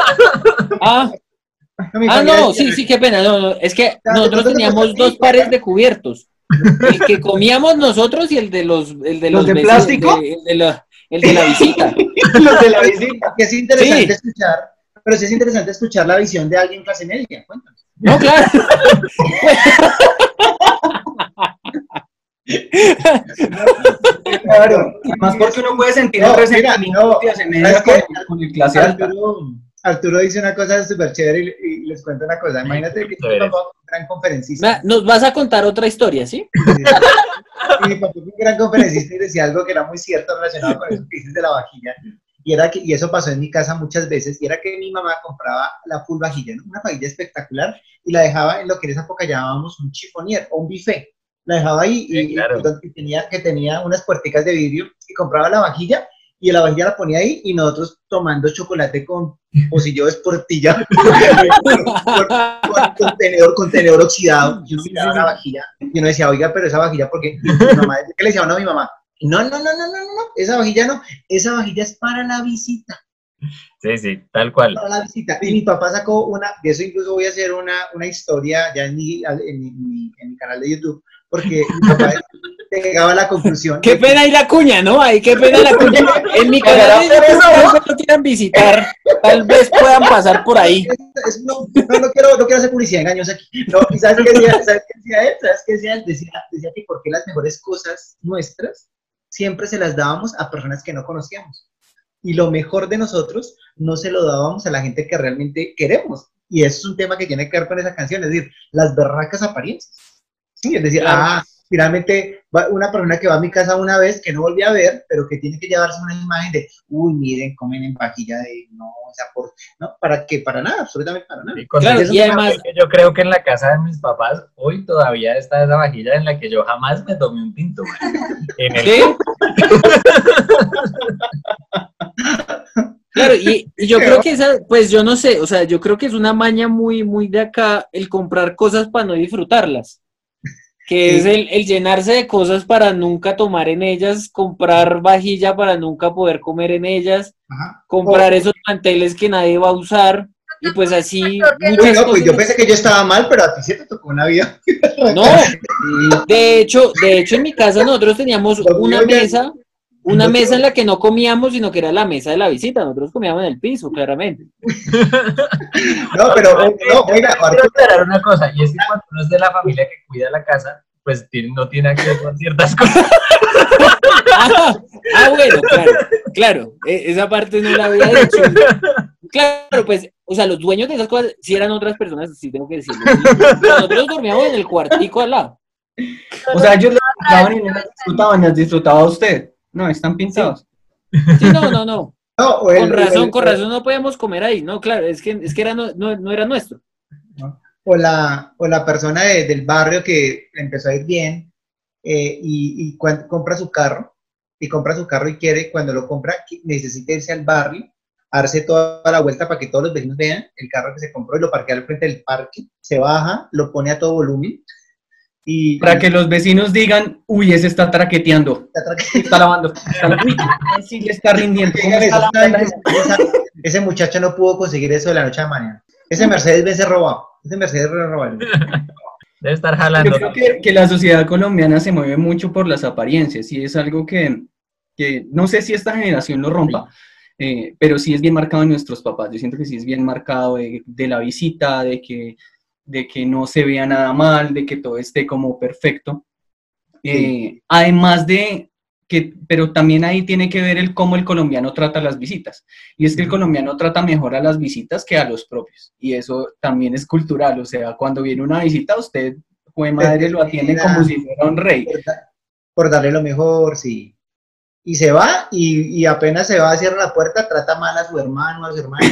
Ah, no, mi ah, no, es... sí, sí, qué pena, no, no, es que nosotros teníamos dos pares de cubiertos, el que comíamos nosotros y el de los, el de los, los de vecinos, plástico, el de, el, de la, el de la visita. Los de la visita, que es interesante sí. escuchar, pero sí es interesante escuchar la visión de alguien clase media, cuéntanos. No, claro. Claro, Más porque uno puede sentir no, el resentimiento mira, no, que se media con, con el clase alta. Arturo, Arturo dice una cosa súper chévere y, y les cuento una cosa. Imagínate que mi papá es un gran conferencista. Nos vas a contar otra historia, ¿sí? Y mi papá es un gran conferencista y decía algo que era muy cierto relacionado con eso que dices de la vajilla. Y, era que, y eso pasó en mi casa muchas veces, y era que mi mamá compraba la full vajilla, ¿no? Una vajilla espectacular, y la dejaba en lo que en esa época llamábamos un chifonier o un buffet. La dejaba ahí y, sí, claro. y, y tenía, que tenía unas puerticas de vidrio, y compraba la vajilla, y la vajilla la ponía ahí, y nosotros tomando chocolate con pocillo de esportilla, con, con, con contenedor, contenedor oxidado, y uno miraba la vajilla, y uno decía, oiga, pero esa vajilla, ¿por qué? Y mi mamá, ¿qué le decía uno a mi mamá? No, no, no, no, no, no, esa vajilla no, esa vajilla es para la visita. Sí, sí, tal cual. Para la visita. Y mi papá sacó una, de eso incluso voy a hacer una, una historia ya en mi, en, mi, en mi canal de YouTube, porque mi papá llegaba a la conclusión. Qué pena que... ir la cuña, ¿no? Ay, qué pena la cuña. En mi canal de YouTube tal vez no quieran visitar, tal vez puedan pasar por ahí. Es, es, no, no, no, quiero, no quiero hacer publicidad engañosa aquí. No, ¿y sabes qué decía, ¿sabes qué decía él? ¿Sabes qué decía él? Decía, decía que porque las mejores cosas nuestras siempre se las dábamos a personas que no conocíamos. Y lo mejor de nosotros no se lo dábamos a la gente que realmente queremos. Y eso es un tema que tiene que ver con esa canción, es decir, las berracas apariencias. Sí, es decir, claro. ah, finalmente una persona que va a mi casa una vez, que no volví a ver, pero que tiene que llevarse una imagen de, uy, miren, comen en vajilla de, no, o sea, por, no, ¿para qué? Para nada, absolutamente para nada. Y, claro, y además, yo creo que en la casa de mis papás, hoy todavía está esa vajilla en la que yo jamás me tomé un tinto, en el... ¿Sí? Claro, y, y yo creo que esa, pues yo no sé, o sea, yo creo que es una maña muy, muy de acá el comprar cosas para no disfrutarlas, que sí. es el, el llenarse de cosas para nunca tomar en ellas, comprar vajilla para nunca poder comer en ellas, Ajá. comprar oh. esos manteles que nadie va a usar, y pues así... Muchas no, pues yo pensé que yo estaba mal, pero a ti sí te tocó una vida. No, de hecho, de hecho en mi casa nosotros teníamos una mesa... Una mesa en la que no comíamos, sino que era la mesa de la visita. Nosotros comíamos en el piso, claramente. No, pero no, oiga, quiero aclarar una cosa, y es que cuando uno es de la familia que cuida la casa, pues no tiene acceso a ciertas cosas. Ah, ah, bueno, claro, claro, esa parte no la había dicho. Claro, pues, o sea, los dueños de esas cosas sí eran otras personas, sí tengo que decirlo. Nosotros dormíamos en el cuartico al lado. O sea, ellos las disfrutaban y no las disfrutaban, las disfrutaba usted. No, están pintados. Sí, no, no, no. no el, con razón, el, con razón no podíamos comer ahí. No, claro, es que, es que era no, no, no era nuestro. O la, o la persona de, del barrio que empezó a ir bien eh, y, y cuando, compra su carro, y compra su carro y quiere, cuando lo compra, necesita irse al barrio, darse toda la vuelta para que todos los vecinos vean el carro que se compró y lo parquea al frente del parque, se baja, lo pone a todo volumen. Y, para que los vecinos digan, uy, ese está traqueteando, está, traqueteando. está lavando, está, uy, sí le está rindiendo. Está ese, ese muchacho no pudo conseguir eso de la noche a la mañana. Ese Mercedes Benz se robado, ese Mercedes robado. Debe estar jalando. Yo creo que, que la sociedad colombiana se mueve mucho por las apariencias y es algo que, que no sé si esta generación lo rompa, eh, pero sí es bien marcado en nuestros papás. Yo siento que sí es bien marcado de, de la visita, de que de que no se vea nada mal, de que todo esté como perfecto. Sí. Eh, además de que, pero también ahí tiene que ver el cómo el colombiano trata las visitas. Y es que el colombiano trata mejor a las visitas que a los propios. Y eso también es cultural. O sea, cuando viene una visita, usted, jue madre, lo atiende como si fuera un rey. Por, da, por darle lo mejor, sí. Y se va, y, y apenas se va, cierra la puerta, trata mal a su hermano, a su hermano.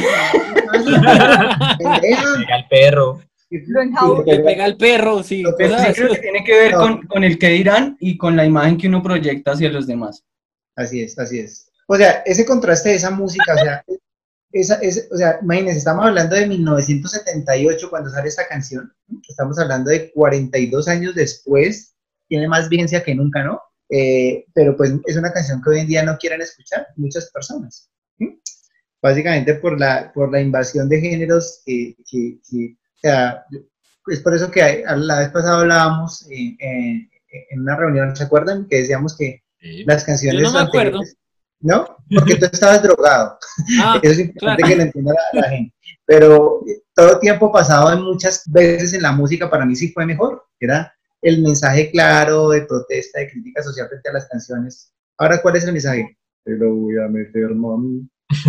Llega el perro. Le pega al perro, sí. Pero sí creo que tiene que ver no. con, con el que dirán y con la imagen que uno proyecta hacia los demás. Así es, así es. O sea, ese contraste de esa música, o sea, esa, esa, o sea, imagínense, estamos hablando de mil novecientos setenta y ocho cuando sale esta canción, estamos hablando de cuarenta y dos años después, tiene más vigencia que nunca, ¿no? Eh, pero pues es una canción que hoy en día no quieren escuchar muchas personas. ¿sí? Básicamente por la, por la invasión de géneros que... que, que o sea, es por eso que la vez pasada hablábamos eh, eh, en una reunión, ¿se acuerdan? Que decíamos que sí. las canciones... Yo no me acuerdo. ¿No? Porque tú estabas drogado. Ah, eso es importante claro. que lo entienda la, la gente. Pero todo tiempo pasado en muchas veces en la música para mí sí fue mejor. Era el mensaje claro de protesta, de crítica social frente a las canciones Ahora, ¿cuál es el mensaje? Te lo voy a meter, mami.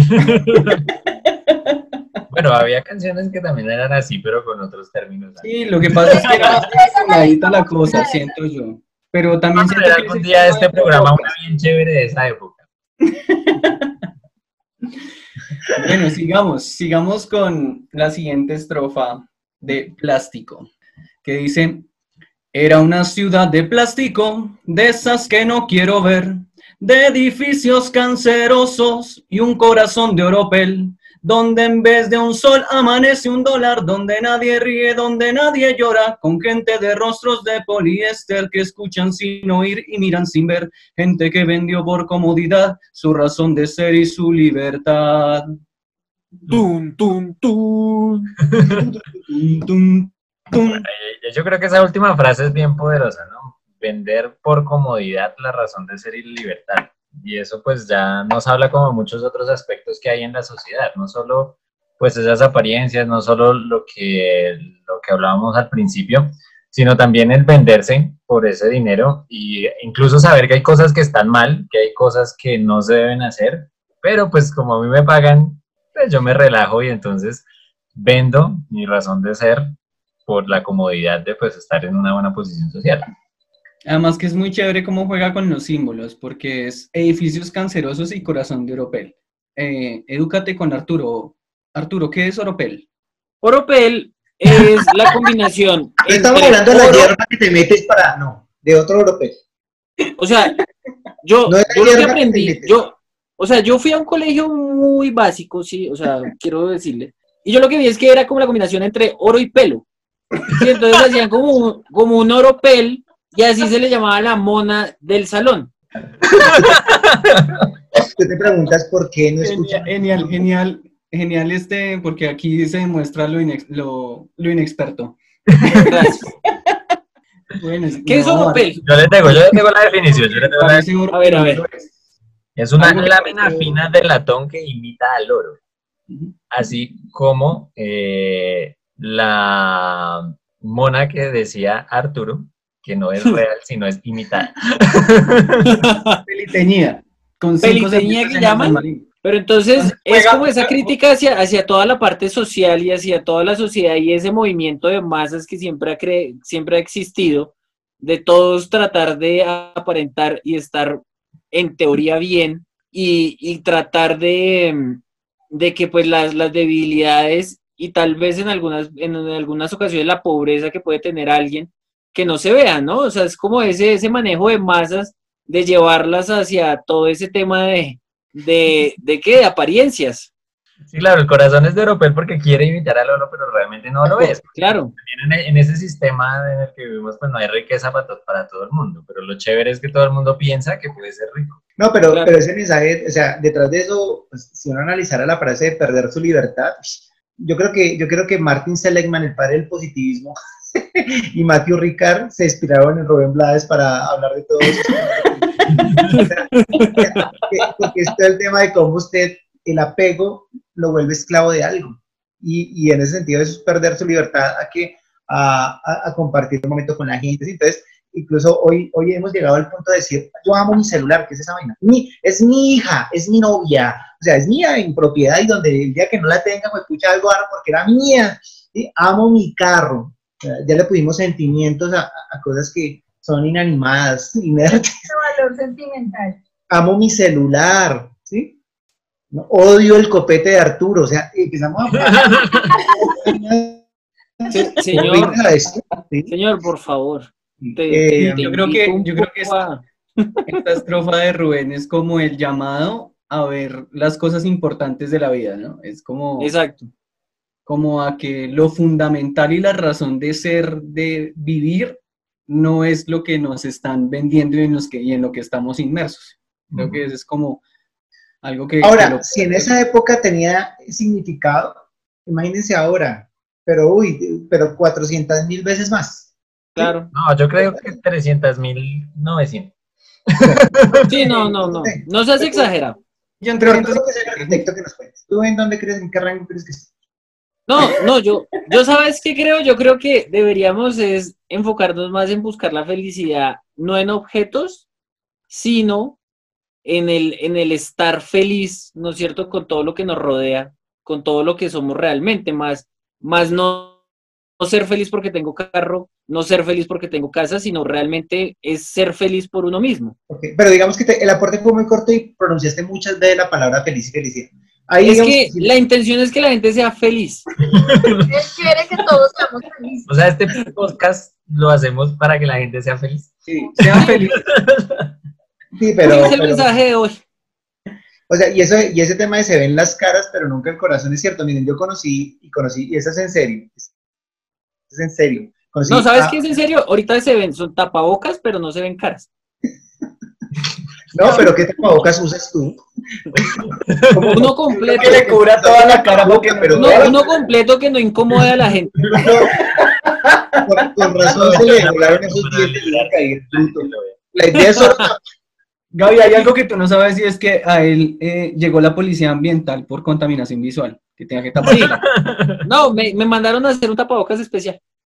Bueno, había canciones que también eran así, pero con otros términos. Sí, lo que pasa es que era pegadita la cosa, siento yo. Pero también Vamos a siento ver que algún ese día tema este de programa, pocas. una bien chévere de esa época. Bueno, sigamos, sigamos con la siguiente estrofa de Plástico, que dice: era una ciudad de plástico, de esas que no quiero ver, de edificios cancerosos y un corazón de oropel, donde en vez de un sol amanece un dólar, donde nadie ríe, donde nadie llora, con gente de rostros de poliéster que escuchan sin oír y miran sin ver, gente que vendió por comodidad su razón de ser y su libertad. Tun, tun, tun. Tum, tum, tum. Yo creo que esa última frase es bien poderosa, ¿no? Vender por comodidad la razón de ser y libertad. Y eso pues ya nos habla como muchos otros aspectos que hay en la sociedad, no solo pues esas apariencias, no solo lo que, lo que hablábamos al principio, sino también el venderse por ese dinero e incluso saber que hay cosas que están mal, que hay cosas que no se deben hacer, pero pues como a mí me pagan, pues yo me relajo y entonces vendo mi razón de ser por la comodidad de pues estar en una buena posición social. Además que es muy chévere cómo juega con los símbolos, porque es edificios cancerosos y corazón de oropel. Eh, edúcate con Arturo. Arturo, ¿qué es oropel? Oropel es la combinación. No estamos entre hablando de la oro- hierba que te metes para, no, de otro europeo. O sea, yo, No es la yo lo que hierba que aprendí, te metes. yo, o sea, yo fui a un colegio muy básico, sí, o sea, quiero decirle, y yo lo que vi es que era como la combinación entre oro y pelo. Sí, entonces hacían como, un- como un oropel, y así se le llamaba la mona del salón. Tú te preguntas por qué no Genial, escuchan. genial, genial, genial este, porque aquí se demuestra lo, inex- lo, lo inexperto. Gracias. Bueno, ¿Qué es no, oropel? Yo le tengo, yo le tengo la definición, yo le tengo la parece definición. A ver, a oropel, ver. ¿no es? Es una Algo que lámina parece- fina de latón que imita al oro, Ujú. así como eh, la mona que decía Arturo, que no es real, sino es imitada. Peliteñida, con cinco Peliteñida cervezas que en el llaman. San Marino. Pero entonces Entonces, es juega- como esa crítica hacia, hacia toda la parte social y hacia toda la sociedad y ese movimiento de masas que siempre ha, cre- siempre ha existido, de todos tratar de aparentar y estar en teoría bien y, y tratar de, de que pues las, las debilidades y tal vez en algunas, en algunas ocasiones la pobreza que puede tener alguien que no se vea, ¿no? O sea, es como ese, ese manejo de masas, de llevarlas hacia todo ese tema de de, de qué, de apariencias. Sí, claro, el corazón es de Oropel porque quiere imitar al oro, pero realmente no lo es. Claro. También en, en ese sistema en el que vivimos, pues no hay riqueza para, to- para todo el mundo, pero lo chévere es que todo el mundo piensa que puede ser rico. No, pero, Claro. pero ese mensaje, o sea, detrás de eso, pues, si uno analizara la frase de perder su libertad, yo creo que, yo creo que Martin Seligman, el padre del positivismo, y Matthew Ricard se inspiraron en Rubén Blades para hablar de todo eso. Porque es todo el tema de cómo usted, el apego, lo vuelve esclavo de algo. Y, y en ese sentido eso es perder su libertad a, que, a, a, a compartir un momento con la gente. ¿Sí? Entonces, incluso hoy, hoy hemos llegado al punto de decir, yo amo mi celular, ¿qué es esa vaina? Mi, es mi hija, es mi novia, o sea, es mía en propiedad y donde el día que no la tenga, me escucha algo raro porque era mía. ¿Sí? Amo mi carro. O sea, ya le pusimos sentimientos a, a cosas que son inanimadas, inertes. Valor sentimental. Amo mi celular, ¿sí? No, odio el copete de Arturo, o sea, empezamos a... Se- señor, ¿sí? señor, por favor. Te, Eh, te- yo te creo invito que- un yo creo que poco a- Esta estrofa de Rubén es como el llamado a ver las cosas importantes de la vida, ¿no? Es como, Exacto. como a que lo fundamental y la razón de ser, de vivir, no es lo que nos están vendiendo y en, los que, y en lo que estamos inmersos. Creo que eso es como algo que... Ahora, que lo- si en esa época tenía significado, imagínense ahora, pero uy, pero cuatrocientas mil veces más. Claro. No, yo creo que trescientos mil novecientos. Sí, no, no, no. No seas exagerado. Yo en Pero trescientos tú que eres el arquitecto que nos cuentes. ¿Tú en dónde crees, en qué rango crees que estás? No, no, yo, yo sabes qué creo, yo creo que deberíamos es enfocarnos más en buscar la felicidad, no en objetos, sino en el, en el estar feliz, ¿no es cierto?, con todo lo que nos rodea, con todo lo que somos realmente, más, más no, no ser feliz porque tengo carro, no ser feliz porque tengo casa, sino realmente es ser feliz por uno mismo. Okay. Pero digamos que te, el aporte fue muy corto y pronunciaste muchas veces la palabra feliz y felicidad. Ahí, es digamos, que sí, la intención es que la gente sea feliz. Él quiere que todos seamos felices. O sea, este podcast lo hacemos para que la gente sea feliz. Sí, sean felices. sí, pero, Ese es el pero mensaje de hoy. o sea, y, eso, y ese tema de se ven las caras, pero nunca el corazón, es cierto. Miren, yo conocí, y conocí, y eso es en serio, es en serio. Conocí No, ¿sabes a, qué es en serio? Ahorita se ven, son tapabocas, pero no se ven caras. No, pero ¿qué tapabocas usas tú? Uno completo. Que le cubra toda la cara porque no pero Uno, uno completo que no incomode a la gente. Con, con razón se le volaron esos dientes y iba a caer bruto. La idea es solo Gaby, hay algo que tú no sabes y es que a él eh, llegó la policía ambiental por contaminación visual, que tenga que tapar. Sí. No, me, me mandaron a hacer un tapabocas especial.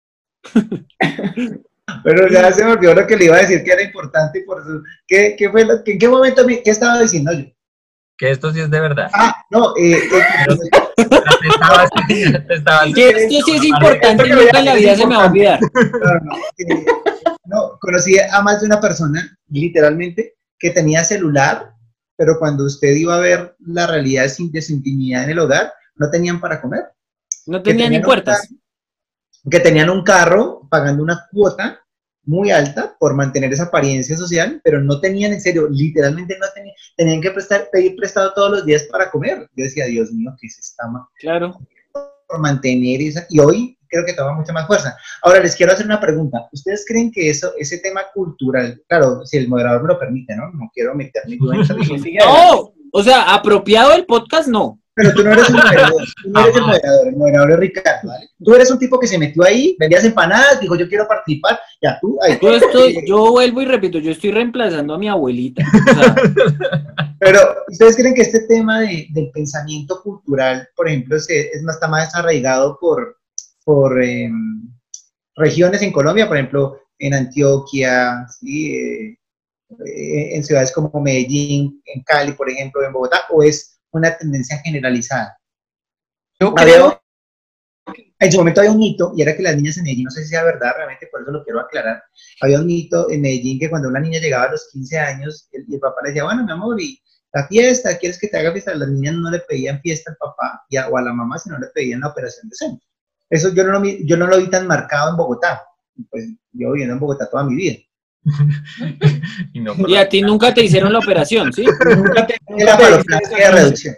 Pero ya se me olvidó lo que le iba a decir que era importante y por eso. ¿Qué, qué fue lo, que, ¿En qué momento me, qué estaba diciendo yo? Que esto sí es de verdad. Ah, no, eh, eh, Te estabas, te estabas- Que esto sí es importante y nunca en la vida se me va a olvidar. no, no, eh, no, conocí a más de una persona, literalmente, que tenía celular, pero cuando usted iba a ver la realidad sin, de su intimidad en el hogar, no tenían para comer. No Que tenía ni tenían un puertas. carro- que tenían un carro pagando una cuota muy alta por mantener esa apariencia social, pero no tenían, en serio, literalmente no tenían, tenían que prestar, pedir prestado todos los días para comer. Yo decía, Dios mío, ¿qué es esta ma- Claro. por mantener esa? Y hoy creo que toma mucha más fuerza. Ahora, les quiero hacer una pregunta. ¿Ustedes creen que eso, ese tema cultural, claro, si el moderador me lo permite, ¿no? No quiero meterme yo en esa discusión. No, o sea, apropiado del podcast, no. Pero tú no eres un moderador, tú no eres el moderador, el moderador es Ricardo, ¿vale? Tú eres un tipo que se metió ahí, vendías empanadas, dijo, yo quiero participar, ya tú, ahí. Yo estoy, yo vuelvo y repito, yo estoy reemplazando a mi abuelita. O sea, Pero, ¿ustedes creen que este tema de, del pensamiento cultural, por ejemplo, es, es más, está más arraigado por, por eh, regiones en Colombia, por ejemplo, en Antioquia, ¿sí? eh, eh, en ciudades como Medellín, en Cali, por ejemplo, en Bogotá, o es una tendencia generalizada? Yo Había, en su momento había un mito, y era que las niñas en Medellín, no sé si sea verdad realmente, por eso lo quiero aclarar, había un mito en Medellín que cuando una niña llegaba a los quince años, el, y el papá le decía, bueno, mi amor, y la fiesta, ¿quieres que te haga fiesta? Las niñas no le pedían fiesta al papá y a, o a la mamá, sino le pedían la operación de seno. Eso yo no, lo, yo no lo vi tan marcado en Bogotá, pues yo viviendo en Bogotá toda mi vida. y, no y a ti nunca te hicieron la operación, ¿sí? nunca te, nunca Era te faloplastia de reducción.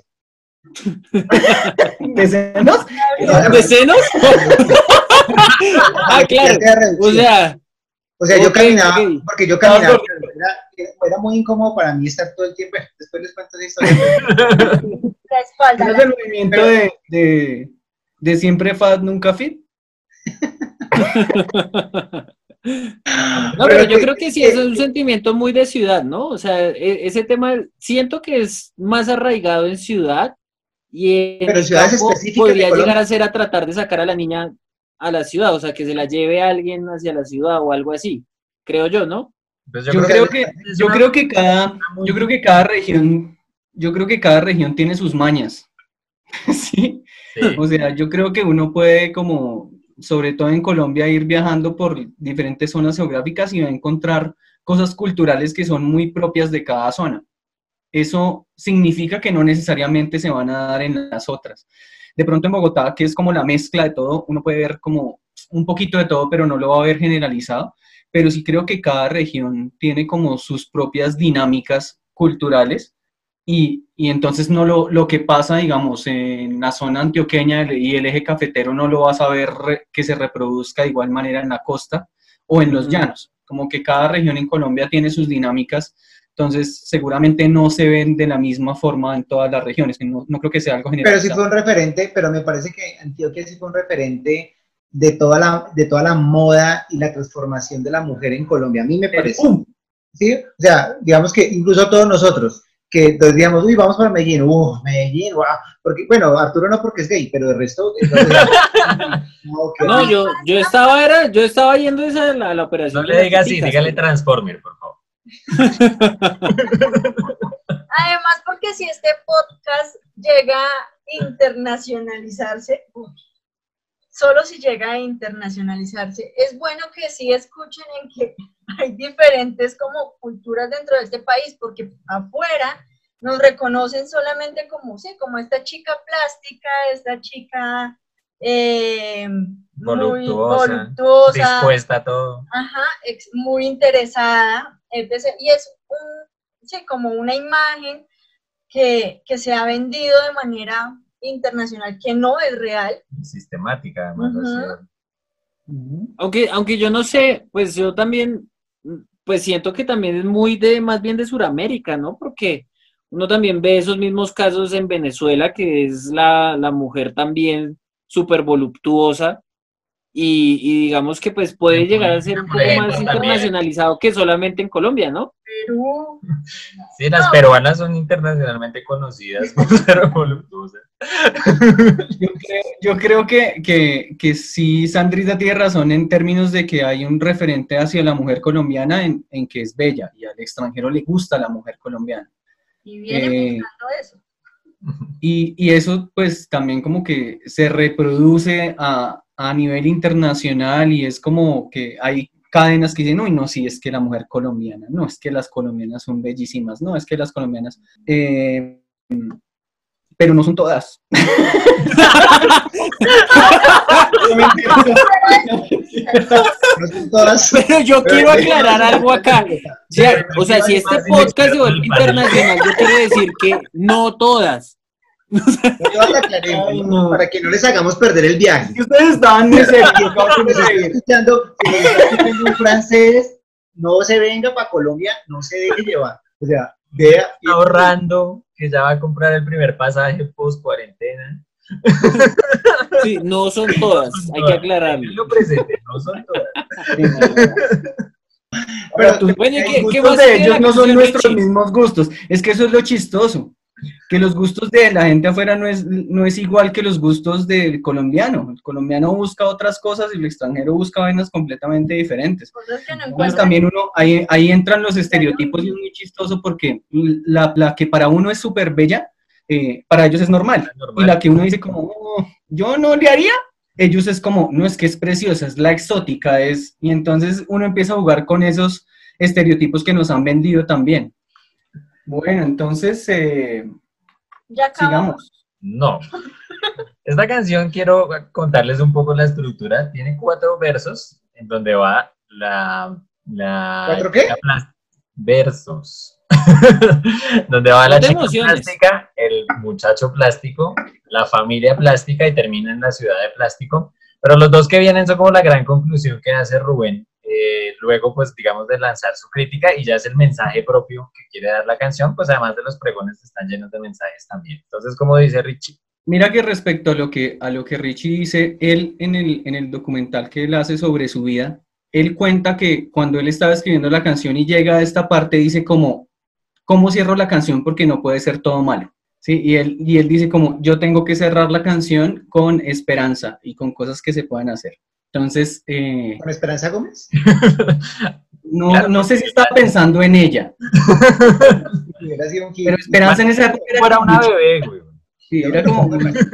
¿De senos? ¿De senos? Ah, claro. O sea, O sea, yo ok, caminaba, ok. porque yo caminaba, era, era muy incómodo para mí estar todo el tiempo, después les cuento esa historia. La espalda. ¿No es el movimiento de, de, de siempre fat, nunca fit? No, pero yo creo que sí, eso es un sentimiento muy de ciudad, ¿no? O sea, e- ese tema, siento que es más arraigado en ciudad y en Pero el ciudades campo específicas de podría Colombia. llegar a ser a tratar de sacar a la niña a la ciudad, o sea, que se la lleve alguien hacia la ciudad o algo así, creo yo, ¿no? Pues Yo yo creo creo que, yo creo que cada, yo creo que cada región, yo creo que cada región tiene sus mañas. ¿Sí? Sí. O sea, yo creo que uno puede como, sobre todo en Colombia, ir viajando por diferentes zonas geográficas y va a encontrar cosas culturales que son muy propias de cada zona. Eso significa que no necesariamente se van a dar en las otras. De pronto en Bogotá, que es como la mezcla de todo, uno puede ver como un poquito de todo, pero no lo va a ver generalizado. Pero sí creo que cada región tiene como sus propias dinámicas culturales y, y entonces no lo, lo que pasa, digamos, en la zona antioqueña y el eje cafetero no lo vas a ver re, que se reproduzca de igual manera en la costa o en los llanos. Como que cada región en Colombia tiene sus dinámicas, entonces seguramente no se ven de la misma forma en todas las regiones, no, no creo que sea algo Pero generalizado. sí fue un referente, pero me parece que Antioquia sí fue un referente de toda la, de toda la moda y la transformación de la mujer en Colombia. A mí me parece. ¡Pum! ¿Sí? O sea, digamos que incluso todos nosotros, que entonces digamos, uy, vamos para Medellín, uh, Medellín, wow, porque, bueno, Arturo no porque es gay, pero el resto, entonces, no, qué No, rico. yo, yo estaba, era, yo estaba yendo esa, la, la operación. No de le las diga así, teticas. dígale Transformer, por favor. Además, porque si este podcast llega a internacionalizarse, uy, solo si llega a internacionalizarse, es bueno que sí escuchen en que hay diferentes como culturas dentro de este país, porque afuera nos reconocen solamente como, sí, como esta chica plástica, esta chica eh, voluptuosa, muy voluptuosa, dispuesta a todo. Ajá, ex, muy interesada, etcétera. Y es un, sí, como una imagen que, que se ha vendido de manera internacional, que no es real. Sistemática, además. Uh-huh. Aunque, aunque yo no sé, pues yo también, pues siento que también es muy de, más bien de Sudamérica, ¿no? Porque uno también ve esos mismos casos en Venezuela, que es la, la mujer también súper voluptuosa, y, y digamos que pues puede llegar a ser un poco más internacionalizado que solamente en Colombia, ¿no? Perú. Sí, las peruanas son internacionalmente conocidas por ser voluptuosas. Yo creo, yo creo que, que, que sí, Sandrita tiene razón en términos de que hay un referente hacia la mujer colombiana en, en que es bella, y al extranjero le gusta la mujer colombiana. Y viene Eh, buscando eso. Y, y eso pues también como que se reproduce a, a nivel internacional, y es como que hay cadenas que dicen, uy, no, sí, es que la mujer colombiana, no, es que las colombianas son bellísimas, no, es que las colombianas, eh, pero no son todas. No son todas. Pero yo quiero aclarar algo acá. O sea, o sea, si este podcast se vuelve internacional, yo quiero decir que no todas. No, yo la aclaremos, Ay, no. para que no les hagamos perder el viaje. Y ustedes estaban muy serios. Si nos está escuchando, si nos está escuchando un francés, no se venga para Colombia, no se deje llevar. O sea, vea. Ahorrando, que ya va a comprar el primer pasaje post cuarentena. Sí, no son todas, hay que aclararlo. Lo presente, no son todas. Pero tú, Bueno, ¿y los qué- gustos qué más de tiene ellos la no son canción, nuestros Richie? mismos gustos. Es que eso es lo chistoso. Que los gustos de la gente afuera no es, no es igual que los gustos del colombiano. El colombiano busca otras cosas y el extranjero busca vainas completamente diferentes. Cosas que no Entonces encuentran. también uno, ahí, ahí entran los estereotipos, y es muy chistoso porque la, la que para uno es súper bella, eh, para ellos es normal. Normal. Y la que uno dice como, "Oh, yo no le haría", ellos es como, no, es que es preciosa, es la exótica, es... Y entonces uno empieza a jugar con esos estereotipos que nos han vendido también. Bueno, entonces, eh, Ya acabamos. sigamos. No. Esta canción quiero contarles un poco la estructura. Tiene cuatro versos en donde va la... la ¿Cuatro qué? la plas- versos. Donde va No la te chica emociones. plástica, el muchacho plástico, la familia plástica y termina en la ciudad de plástico. Pero los dos que vienen son como la gran conclusión que hace Rubén. Eh, luego, pues, digamos, de lanzar su crítica, y ya es el mensaje propio que quiere dar la canción, pues además de los pregones están llenos de mensajes también. Entonces, como dice Richie, Mira que respecto a lo que, a lo que Richie dice, él en el, en el documental que él hace sobre su vida, él cuenta que cuando él estaba escribiendo la canción y llega a esta parte, dice como, ¿cómo cierro la canción? Porque no puede ser todo malo. ¿Sí? Y, él, y él dice como, yo tengo que cerrar la canción con esperanza y con cosas que se puedan hacer. Entonces, eh, ¿Con Esperanza Gómez? no, Claro. no sé si está pensando en ella, Hubiera sido un hit. pero esperanza en esa época era fuera como una mucho. bebé, güey. Sí, era como...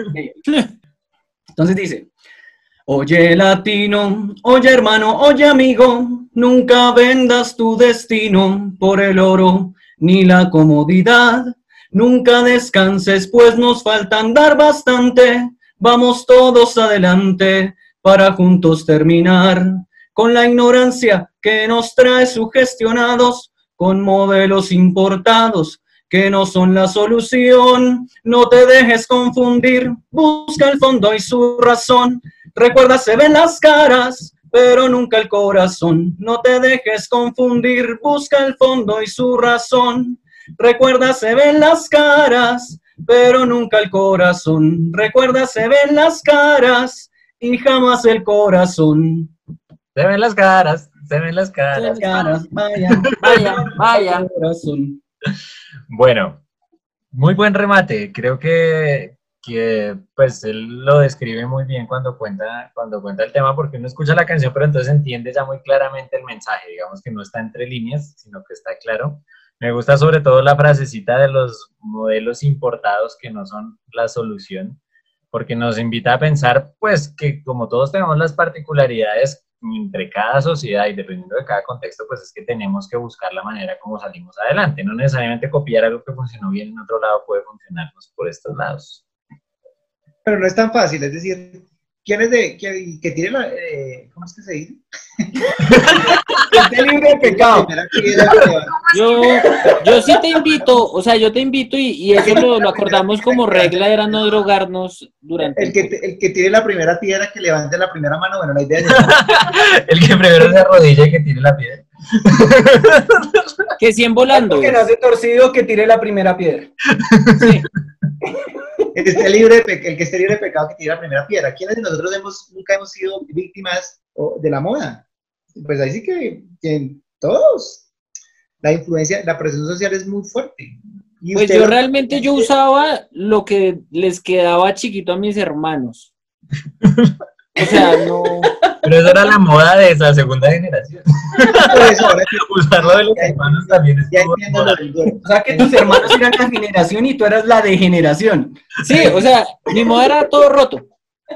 Entonces dice, oye latino, oye hermano, oye amigo, nunca vendas tu destino por el oro ni la comodidad. Nunca descanses, pues nos falta andar bastante. Vamos todos adelante para juntos terminar con la ignorancia que nos trae sugestionados con modelos importados que no son la solución. No te dejes confundir, busca el fondo y su razón. Recuerda, se ven las caras, pero nunca el corazón. No te dejes confundir, busca el fondo y su razón. Recuerda, se ven las caras, pero nunca el corazón. Recuerda, se ven las caras y jamás el corazón. Se ven las caras, se ven las caras. Las caras, vaya, Vaya, vaya. corazón. Bueno, muy buen remate. Creo que, que pues él lo describe muy bien cuando cuenta, cuando cuenta el tema, porque uno escucha la canción, pero entonces entiende ya muy claramente el mensaje. Digamos que no está entre líneas, sino que está claro. Me gusta sobre todo la frasecita de los modelos importados que no son la solución, porque nos invita a pensar, pues, que como todos tenemos las particularidades entre cada sociedad y dependiendo de cada contexto, pues es que tenemos que buscar la manera como salimos adelante. No necesariamente copiar algo que funcionó bien en otro lado puede funcionarnos por estos lados. Pero no es tan fácil, es decir, ¿quién es de, que, que tiene la, eh, ¿cómo es que se dice? Es libre de pecado. Yo, yo sí te invito, o sea, yo te invito y, y eso lo, lo acordamos como regla, era no drogarnos durante el que, el que tiene la primera piedra, que levante la primera mano, bueno, la idea es el que primero se arrodilla y que tiene la piedra. Que cien volando. El que nace torcido, que tire la primera piedra. Sí. El que esté libre de, el que esté libre de pecado, que tire la primera piedra. ¿Quiénes de nosotros hemos, nunca hemos sido víctimas de la moda? Pues ahí sí que, que todos. La influencia, la presión social es muy fuerte. Y pues yo realmente yo usaba lo que les quedaba chiquito a mis hermanos. O sea, no... Pero eso era la moda de esa segunda generación. Eso, ahora que... Usarlo de los hermanos también es O sea, que tus hermanos eran la generación y tú eras la degeneración. Sí, o sea, mi moda era todo roto.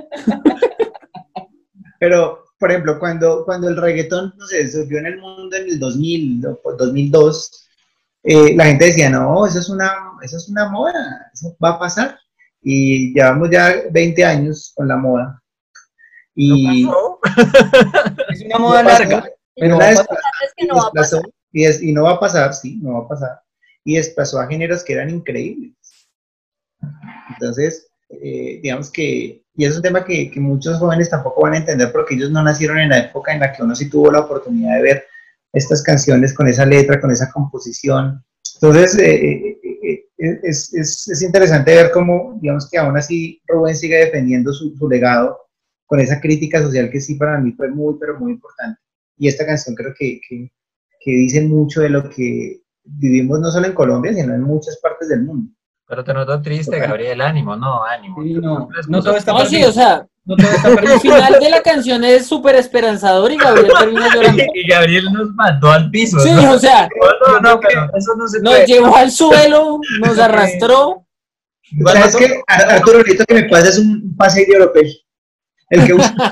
Pero, por ejemplo, cuando, cuando el reggaetón, no sé, surgió en el mundo en el dos mil, dos mil dos, eh, la gente decía, no, eso es, una, eso es una moda, eso va a pasar. Y llevamos ya veinte años con la moda. Y no es una moda no larga, pasó, pero una vez, es que no va a pasar. Y, es, y no va a pasar, sí, no va a pasar. Y desplazó a géneros que eran increíbles. Entonces, eh, digamos que, y es un tema que, que muchos jóvenes tampoco van a entender porque ellos no nacieron en la época en la que uno sí tuvo la oportunidad de ver estas canciones con esa letra, con esa composición. Entonces, eh, eh, eh, es, es, es interesante ver cómo, digamos que aún así Rubén sigue defendiendo su, su legado con esa crítica social que sí para mí fue muy, pero muy importante. Y esta canción creo que, que, que dice mucho de lo que vivimos no solo en Colombia, sino en muchas partes del mundo. Pero te noto triste, Gabriel, ánimo, no, ánimo. Sí, no, no todo está no, perdido. sí, o sea, no todo está perdido. El final de la canción es súper esperanzador y Gabriel termina llorando. Y Gabriel nos mandó al piso. Sí, ¿no? o sea, no, no, no, pero eso no se nos puede. llevó al suelo, nos arrastró. ¿Sabes qué? Arturo, ahorita que me pases un pase de europeo. El que usa.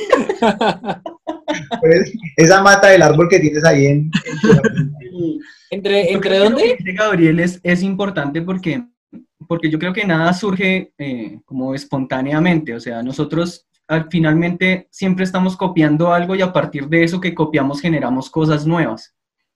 Pues, esa mata del árbol que tienes ahí en... en ¿Entre, ¿entre dónde? Gabriel es, es importante porque, porque yo creo que nada surge eh, como espontáneamente, o sea, nosotros al, finalmente siempre estamos copiando algo y a partir de eso que copiamos generamos cosas nuevas.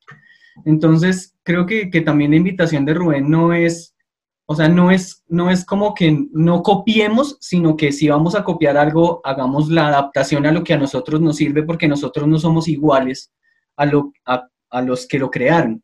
Entonces, creo que, que también la invitación de Rubén no es, o sea, no es, no es como que no copiemos, sino que si vamos a copiar algo, hagamos la adaptación a lo que a nosotros nos sirve porque nosotros no somos iguales a, lo, a, a los que lo crearon.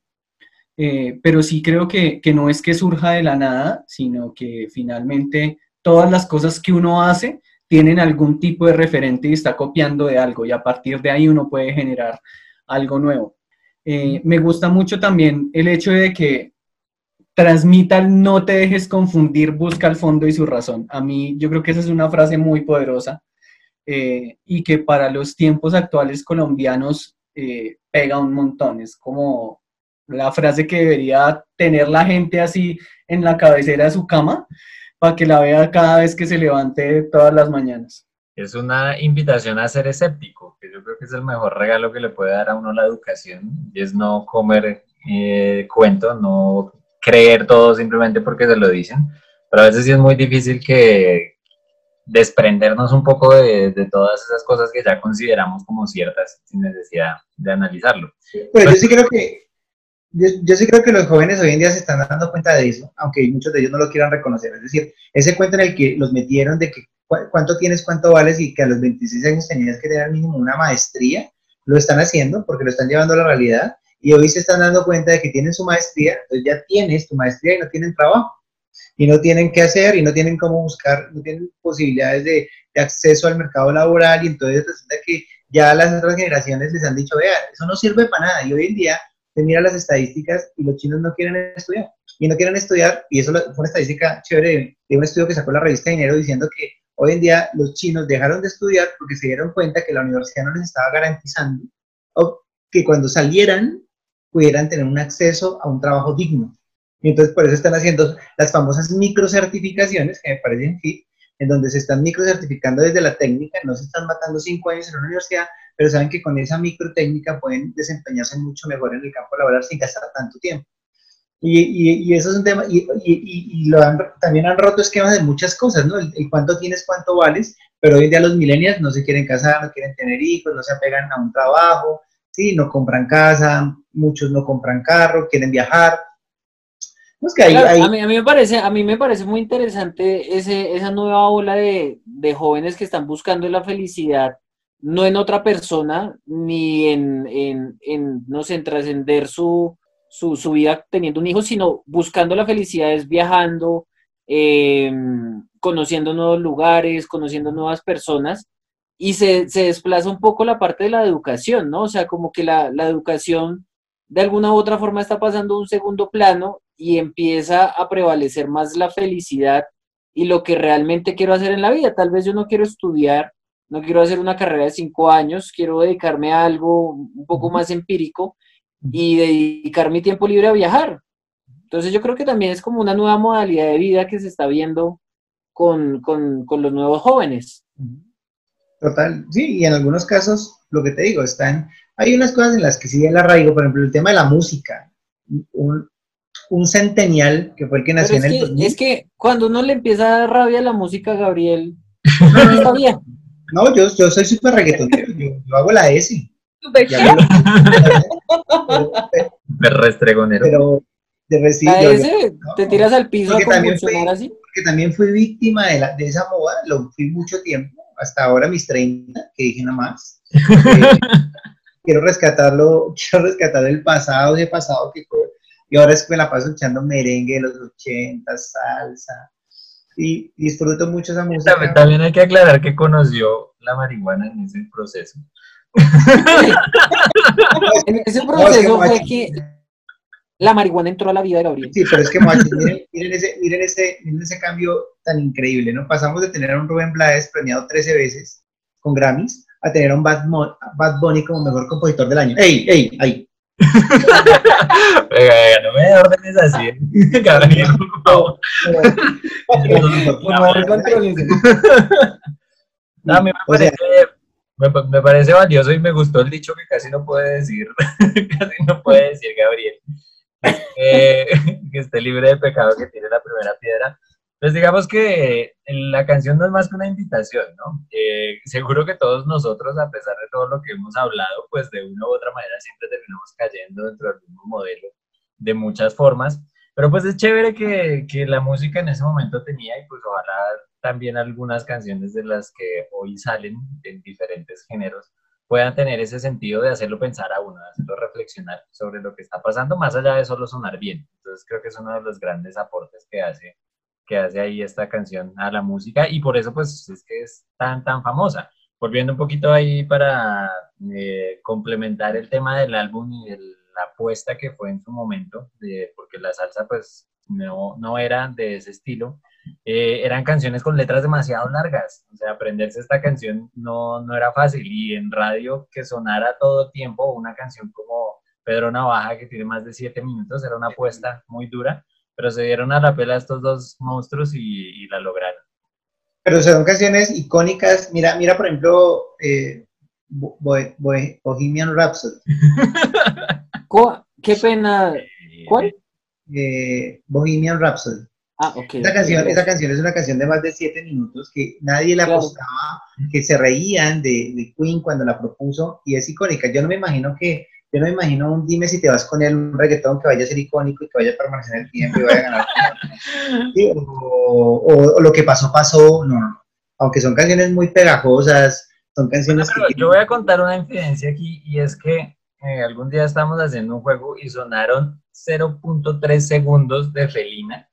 Eh, pero sí creo que, que no es que surja de la nada, sino que finalmente todas las cosas que uno hace tienen algún tipo de referente y está copiando de algo y a partir de ahí uno puede generar algo nuevo. Eh, me gusta mucho también el hecho de que transmita el no te dejes confundir, busca el fondo y su razón. A mí yo creo que esa es una frase muy poderosa eh, y que para los tiempos actuales colombianos eh, pega un montón. Es como la frase que debería tener la gente así en la cabecera de su cama para que la vea cada vez que se levante todas las mañanas. Es una invitación a ser escéptico, que yo creo que es el mejor regalo que le puede dar a uno la educación, y es no comer eh, cuento, no creer todo simplemente porque se lo dicen, pero a veces sí es muy difícil que desprendernos un poco de, de todas esas cosas que ya consideramos como ciertas sin necesidad de analizarlo. Pero yo sí creo que Yo, yo sí creo que los jóvenes hoy en día se están dando cuenta de eso, aunque muchos de ellos no lo quieran reconocer. Es decir, ese cuento en el que los metieron de que cu cuánto tienes, cuánto vales y que a los veintiséis años tenías que tener mínimo una maestría, lo están haciendo porque lo están llevando a la realidad y hoy se están dando cuenta de que tienen su maestría, entonces ya tienes tu maestría y no tienen trabajo y no tienen qué hacer y no tienen cómo buscar, no tienen posibilidades de, de acceso al mercado laboral y entonces resulta que ya las otras generaciones les han dicho, vea, eso no sirve para nada y hoy en día se mira las estadísticas y los chinos no quieren estudiar. Y no quieren estudiar, y eso fue una estadística chévere de, de un estudio que sacó la revista Dinero diciendo que hoy en día los chinos dejaron de estudiar porque se dieron cuenta que la universidad no les estaba garantizando o que cuando salieran pudieran tener un acceso a un trabajo digno. Y entonces por eso están haciendo las famosas microcertificaciones, que me parecen fit, en donde se están microcertificando desde la técnica, no se están matando cinco años en una universidad, pero saben que con esa microtécnica pueden desempeñarse mucho mejor en el campo laboral sin gastar tanto tiempo. Y, y, y eso es un tema, y, y, y, y lo han, también han roto esquemas de muchas cosas, ¿no? El, el cuánto tienes, cuánto vales, pero hoy en día los millennials no se quieren casar, no quieren tener hijos, no se apegan a un trabajo, ¿sí? No compran casa, muchos no compran carro, quieren viajar. Pues que ahí, claro, ahí... A, mí, a, mí me parece, a mí me parece muy interesante ese, esa nueva ola de, de jóvenes que están buscando la felicidad, no en otra persona, ni en, en, en no sé, en trascender su, su, su vida teniendo un hijo, sino buscando la felicidad es viajando, eh, conociendo nuevos lugares, conociendo nuevas personas, y se, se desplaza un poco la parte de la educación, ¿no? O sea, como que la, la educación de alguna u otra forma está pasando a un segundo plano y empieza a prevalecer más la felicidad y lo que realmente quiero hacer en la vida. Tal vez yo no quiero estudiar, no quiero hacer una carrera de cinco años, quiero dedicarme a algo un poco más empírico y dedicar mi tiempo libre a viajar. Entonces yo creo que también es como una nueva modalidad de vida que se está viendo con, con, con los nuevos jóvenes. Total, sí, y en algunos casos, lo que te digo, están, hay unas cosas en las que sí el arraigo, por ejemplo, el tema de la música. Un, un centennial, que fue el que nació Pero en es el que, dos mil. es que cuando uno le empieza a dar rabia a la música, Gabriel, no está bien. No, yo, yo soy súper reggaetonero, yo, yo hago la S. ¿Súper qué? Pero, Súper restregonero. pero de reci- La yo- S, yo- no, te tiras al piso a porque también fui, convulsionar así. porque también fui víctima de, la, de esa moda, lo fui mucho tiempo, hasta ahora mis treinta, que dije nada más. Eh, quiero rescatarlo, quiero rescatar el pasado, ese pasado que fue, y ahora es que me la paso echando merengue de los ochenta, salsa, y disfruto mucho esa música. También, también hay que aclarar que conoció la marihuana en ese proceso. En ese No, es que proceso fue Moachi- que la marihuana entró a la vida de Gabriel. Sí, pero es que Moachi, miren, miren, ese, miren, ese, miren ese cambio tan increíble, ¿no? Pasamos de tener a un Rubén Blades premiado trece veces con Grammys a tener a un Bad, Mo- Bad Bunny como mejor compositor del año. ¡Ey, ey, ahí! Venga, venga, no me órdenes así. Gabriel, por favor. No, a mí me O sea, parece, me, me parece valioso y me gustó el dicho que casi no puede decir, casi no puede decir Gabriel, eh, que esté libre de pecado, que tire la primera piedra. Pues digamos que la canción no es más que una invitación, ¿no? Eh, seguro que todos nosotros, a pesar de todo lo que hemos hablado, pues de una u otra manera siempre terminamos cayendo dentro del mismo modelo de muchas formas, pero pues es chévere que, que la música en ese momento tenía, y pues ojalá también algunas canciones de las que hoy salen en diferentes géneros puedan tener ese sentido de hacerlo pensar a uno, de hacerlo reflexionar sobre lo que está pasando, más allá de solo sonar bien. Entonces creo que es uno de los grandes aportes que hace que hace ahí esta canción a la música, y por eso pues es que es tan tan famosa. Volviendo un poquito ahí para eh, complementar el tema del álbum y de la apuesta que fue en su momento, de, porque la salsa pues no, no era de ese estilo, eh, eran canciones con letras demasiado largas, o sea, aprenderse esta canción no, no era fácil, y en radio que sonara todo tiempo una canción como Pedro Navaja, que tiene más de siete minutos, era una apuesta muy dura, pero se dieron a la pela estos dos monstruos y, y la lograron. pero son canciones icónicas. Mira, mira por ejemplo, eh, Bo- Bo- Bo- Bohemian Rhapsody. Qué pena. ¿Cuál? Eh, Bohemian Rhapsody. Ah, ok. Esa canción, esa canción es una canción de más de siete minutos que nadie le Claro. apostaba, que se reían de, de Queen cuando la propuso, y es icónica. Yo no me imagino que, yo no me imagino un Dime si te vas con él, un reggaetón que vaya a ser icónico y que vaya a permanecer en el tiempo y vaya a ganar. Sí, o, o, o lo que pasó, pasó, no, no. Aunque son canciones muy pegajosas, son canciones Bueno, que... yo voy a contar una infidencia aquí, y es que eh, algún día estábamos haciendo un juego y sonaron cero punto tres segundos de Felina.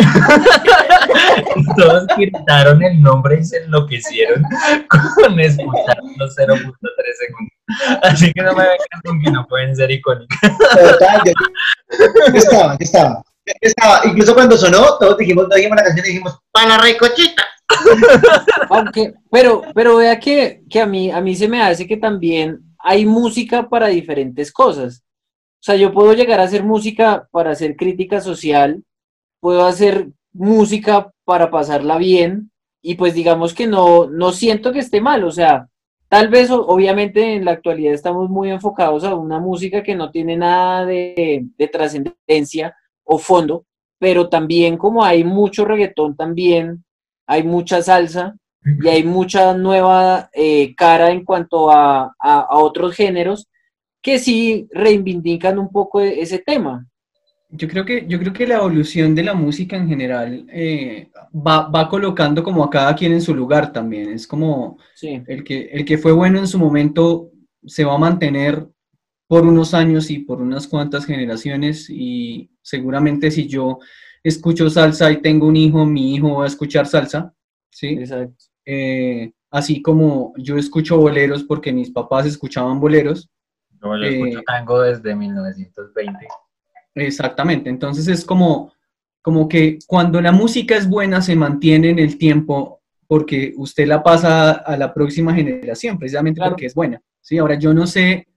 Todos gritaron el nombre y se enloquecieron con escuchar los cero punto tres segundos. Así que no me vengan con que no pueden ser icónicas. Total, yo, yo estaba, yo estaba, yo estaba. Incluso cuando sonó, todos dijimos, no dijimos la canción y dijimos, ¡para la recochita! Aunque, pero, pero vea que, que a mí, a mí se me hace que también hay música para diferentes cosas. O sea, yo puedo llegar a hacer música para hacer crítica social, puedo hacer música para pasarla bien, y pues digamos que no, no siento que esté mal, o sea, tal vez o- obviamente en la actualidad estamos muy enfocados a una música que no tiene nada de, de trascendencia o fondo, pero también como hay mucho reggaetón también, hay mucha salsa y hay mucha nueva eh, cara en cuanto a, a, a otros géneros que sí reivindican un poco e- ese tema. Yo creo que, yo creo que la evolución de la música en general eh, va, va colocando como a cada quien en su lugar también. Es como Sí, el que, el que fue bueno en su momento se va a mantener por unos años y por unas cuantas generaciones, y seguramente si yo escucho salsa y tengo un hijo, mi hijo va a escuchar salsa, ¿sí? exacto. Eh, así como yo escucho boleros porque mis papás escuchaban boleros. Como yo escucho eh, tango desde mil novecientos veinte. Exactamente, entonces es como, como que cuando la música es buena se mantiene en el tiempo porque usted la pasa a la próxima generación, precisamente Claro, porque es buena, ¿sí? Ahora, yo no sé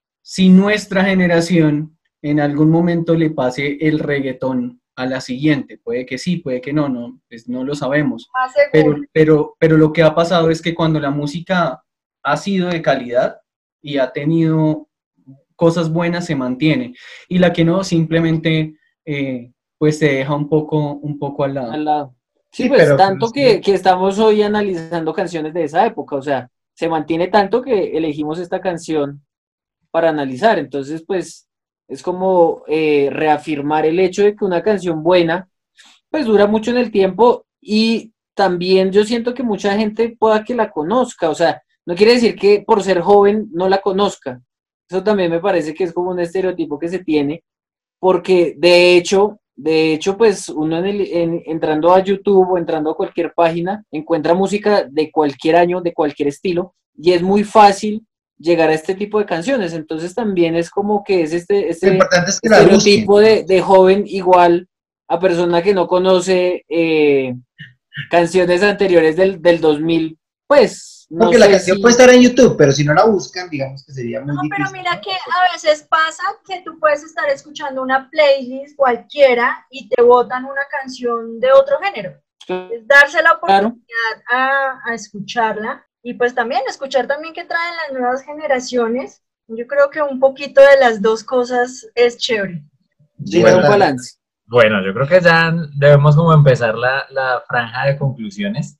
si nuestra generación en algún momento le pase el reggaetón a la siguiente, puede que sí, puede que no, no, pues no lo sabemos, Más pero, seguro. pero, pero lo que ha pasado es que cuando la música ha sido de calidad y ha tenido cosas buenas se mantiene, y la que no simplemente eh, pues se deja un poco, un poco al lado. al lado. Sí, Sí, pues pero, pero tanto sí, que, que estamos hoy analizando canciones de esa época, o sea, se mantiene tanto que elegimos esta canción para analizar. Entonces, pues es como eh, reafirmar el hecho de que una canción buena, pues dura mucho en el tiempo y también yo siento que mucha gente pueda que la conozca, o sea, no quiere decir que por ser joven no la conozca. Eso también me parece que es como un estereotipo que se tiene, porque de hecho, de hecho, pues uno en el, en- entrando a YouTube o entrando a cualquier página encuentra música de cualquier año, de cualquier estilo, y es muy fácil llegar a este tipo de canciones. Entonces también es como que es este, lo este importante es que la busquen. estereotipo de, de joven igual a persona que no conoce eh, canciones anteriores del, del dos mil, pues no Porque la sé canción puede si, estar en YouTube, pero si no la buscan, digamos que sería No, muy pero difícil, mira ¿no? que a veces pasa que tú puedes estar escuchando una playlist cualquiera y te botan una canción de otro género. Es darse la claro, oportunidad a, a escucharla y pues también escuchar también qué traen las nuevas generaciones. Yo creo que un poquito de las dos cosas es chévere. sí da Sí, un Bueno, total. balance. bueno, yo creo que ya debemos como empezar la, la franja de conclusiones.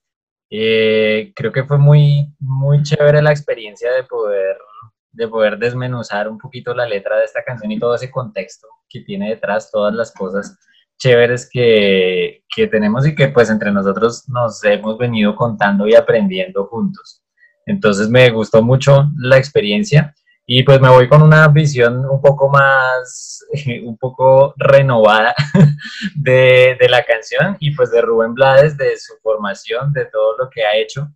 Eh, creo que fue muy, muy chévere la experiencia de poder, de poder desmenuzar un poquito la letra de esta canción y todo ese contexto que tiene detrás, todas las cosas chéveres que, que tenemos y que pues entre nosotros nos hemos venido contando y aprendiendo juntos. Entonces me gustó mucho la experiencia. Y pues me voy con una visión un poco más, un poco renovada de, de la canción y pues de Rubén Blades, de su formación, de todo lo que ha hecho.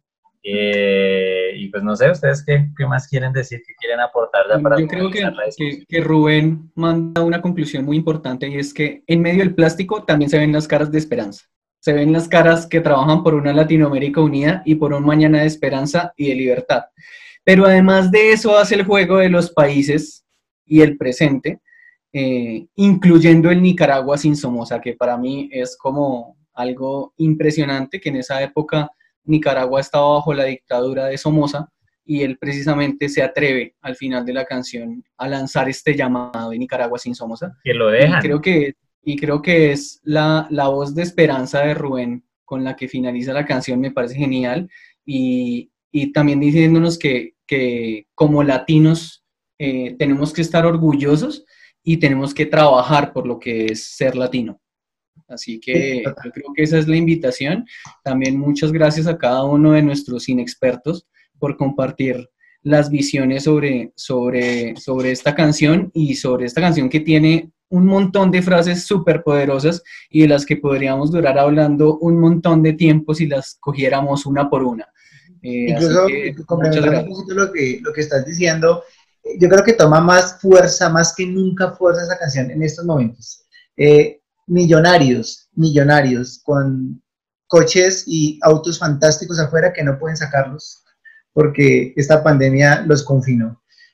Eh, y pues no sé, ¿ustedes qué, qué más quieren decir, qué quieren aportar ya Bueno, para yo creo finalizar que, la que, discusión? que Rubén manda una conclusión muy importante, y es que en medio del plástico también se ven las caras de esperanza. Se ven las caras que trabajan por una Latinoamérica unida y por un mañana de esperanza y de libertad. Pero además de eso hace el juego de los países y el presente, eh, incluyendo el Nicaragua sin Somoza, que para mí es como algo impresionante, que en esa época Nicaragua estaba bajo la dictadura de Somoza, y él precisamente se atreve al final de la canción a lanzar este llamado de Nicaragua sin Somoza, Que lo y dejan. creo que, y creo que es la, la voz de esperanza de Rubén con la que finaliza la canción, me parece genial, y, y también diciéndonos que, que como latinos eh, tenemos que estar orgullosos y tenemos que trabajar por lo que es ser latino. Así Sí, que total. yo creo que esa es la invitación. También muchas gracias a cada uno de nuestros inexpertos por compartir las visiones sobre, sobre, sobre esta canción, y sobre esta canción que tiene un montón de frases súper poderosas y de las que podríamos durar hablando un montón de tiempo si las cogiéramos una por una. Eh, así Incluso que muchas complementando un gracias. poquito lo que, lo que estás diciendo, eh, yo creo que toma más fuerza, más que nunca fuerza esa canción en estos momentos. Eh, millonarios, millonarios, con coches y autos fantásticos afuera que no pueden sacarlos porque esta pandemia los confinó.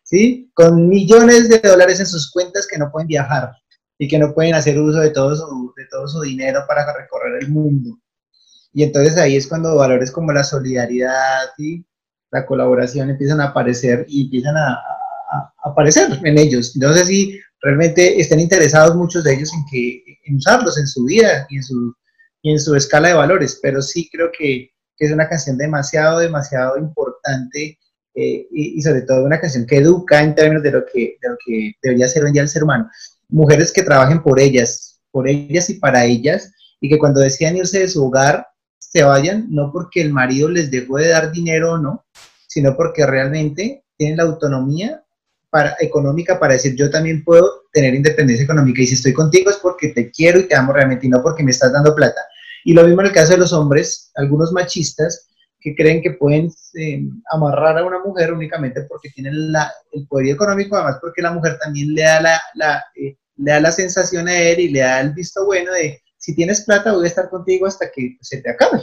¿sí? Con millones de dólares en sus cuentas que no pueden viajar y que no pueden hacer uso de todo su, de todo su dinero para recorrer el mundo. Y entonces ahí es cuando valores como la solidaridad y la colaboración empiezan a aparecer y empiezan a, a, a aparecer en ellos. No sé si realmente estén interesados muchos de ellos en, que, en usarlos en su vida y en su, y en su escala de valores, pero sí creo que, que es una canción demasiado, demasiado importante eh, y, y sobre todo una canción que educa en términos de lo que, de lo que debería ser hoy en día el ser humano. Mujeres que trabajen por ellas, por ellas y para ellas, y que cuando decidan irse de su hogar, se vayan, no porque el marido les dejó de dar dinero o no, sino porque realmente tienen la autonomía para, económica para decir, yo también puedo tener independencia económica, y si estoy contigo es porque te quiero y te amo realmente, y no porque me estás dando plata. Y lo mismo en el caso de los hombres, algunos machistas que creen que pueden eh, amarrar a una mujer únicamente porque tienen la, el poder económico, además porque la mujer también le da la, la, eh, le da la sensación a él y le da el visto bueno de, si tienes plata voy a estar contigo hasta que se te acabe.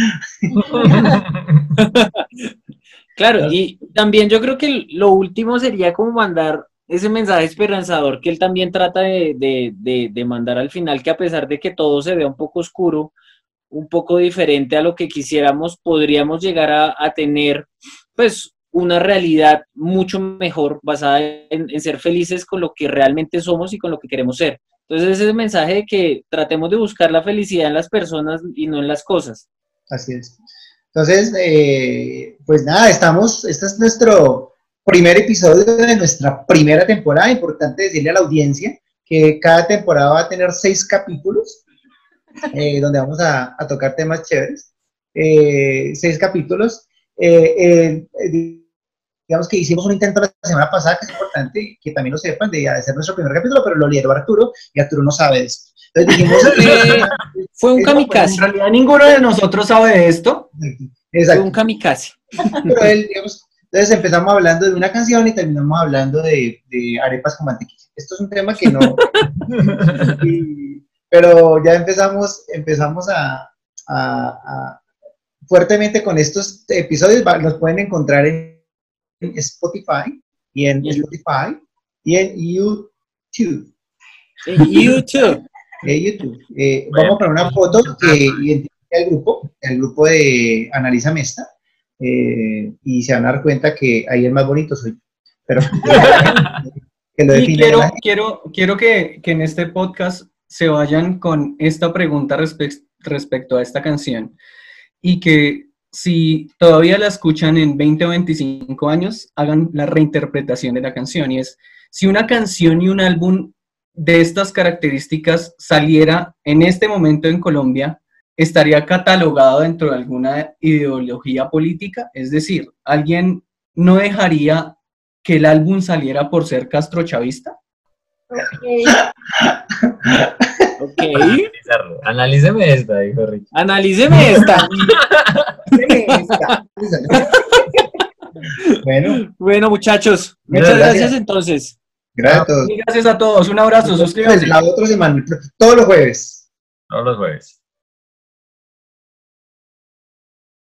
Claro, y también yo creo que lo último sería como mandar ese mensaje esperanzador que él también trata de, de, de, de mandar al final, que a pesar de que todo se vea un poco oscuro, un poco diferente a lo que quisiéramos, podríamos llegar a, a tener pues una realidad mucho mejor basada en, en ser felices con lo que realmente somos y con lo que queremos ser. Entonces ese mensaje de que tratemos de buscar la felicidad en las personas y no en las cosas. Así es. Entonces, eh, pues nada, estamos, este es nuestro primer episodio de nuestra primera temporada. Importante decirle a la audiencia que cada temporada va a tener seis capítulos, eh, donde vamos a, a tocar temas chéveres. Eh, seis capítulos. Eh, eh, eh, digamos que hicimos un intento la semana pasada, que es importante que también lo sepan, de hacer nuestro primer capítulo, pero lo lideró Arturo, y Arturo no sabe de esto. Entonces dijimos... Eh, fue un kamikaze. En realidad ninguno de nosotros sabe de esto. Exacto. Fue un kamikaze. Pero él, digamos, entonces empezamos hablando de una canción y terminamos hablando de, de arepas con mantequilla. Esto es un tema que no... y, pero ya empezamos, empezamos a, a, a fuertemente con estos episodios. Los pueden encontrar en en Spotify y en Spotify y en YouTube. En YouTube. En YouTube. Eh, vamos a poner una foto que identifica el grupo, el grupo de Analízame Esta, eh, y se van a dar cuenta que ahí el más bonito soy yo. Pero que lo y quiero, quiero, quiero que, que en este podcast se vayan con esta pregunta respe respecto a esta canción, y que si todavía la escuchan en veinte o veinticinco años, hagan la reinterpretación de la canción. Y es, si una canción y un álbum de estas características saliera en este momento en Colombia, ¿estaría catalogado dentro de alguna ideología política? Es decir, ¿alguien no dejaría que el álbum saliera por ser castrochavista? Ok. Ok. Analíceme esta, dijo Ricky. Analíceme esta. Bueno, bueno, muchachos, muchas gracias, gracias entonces. Gracias. Y gracias a todos. Un abrazo. Suscríbanse. La otra semana, todos los jueves. Todos los jueves.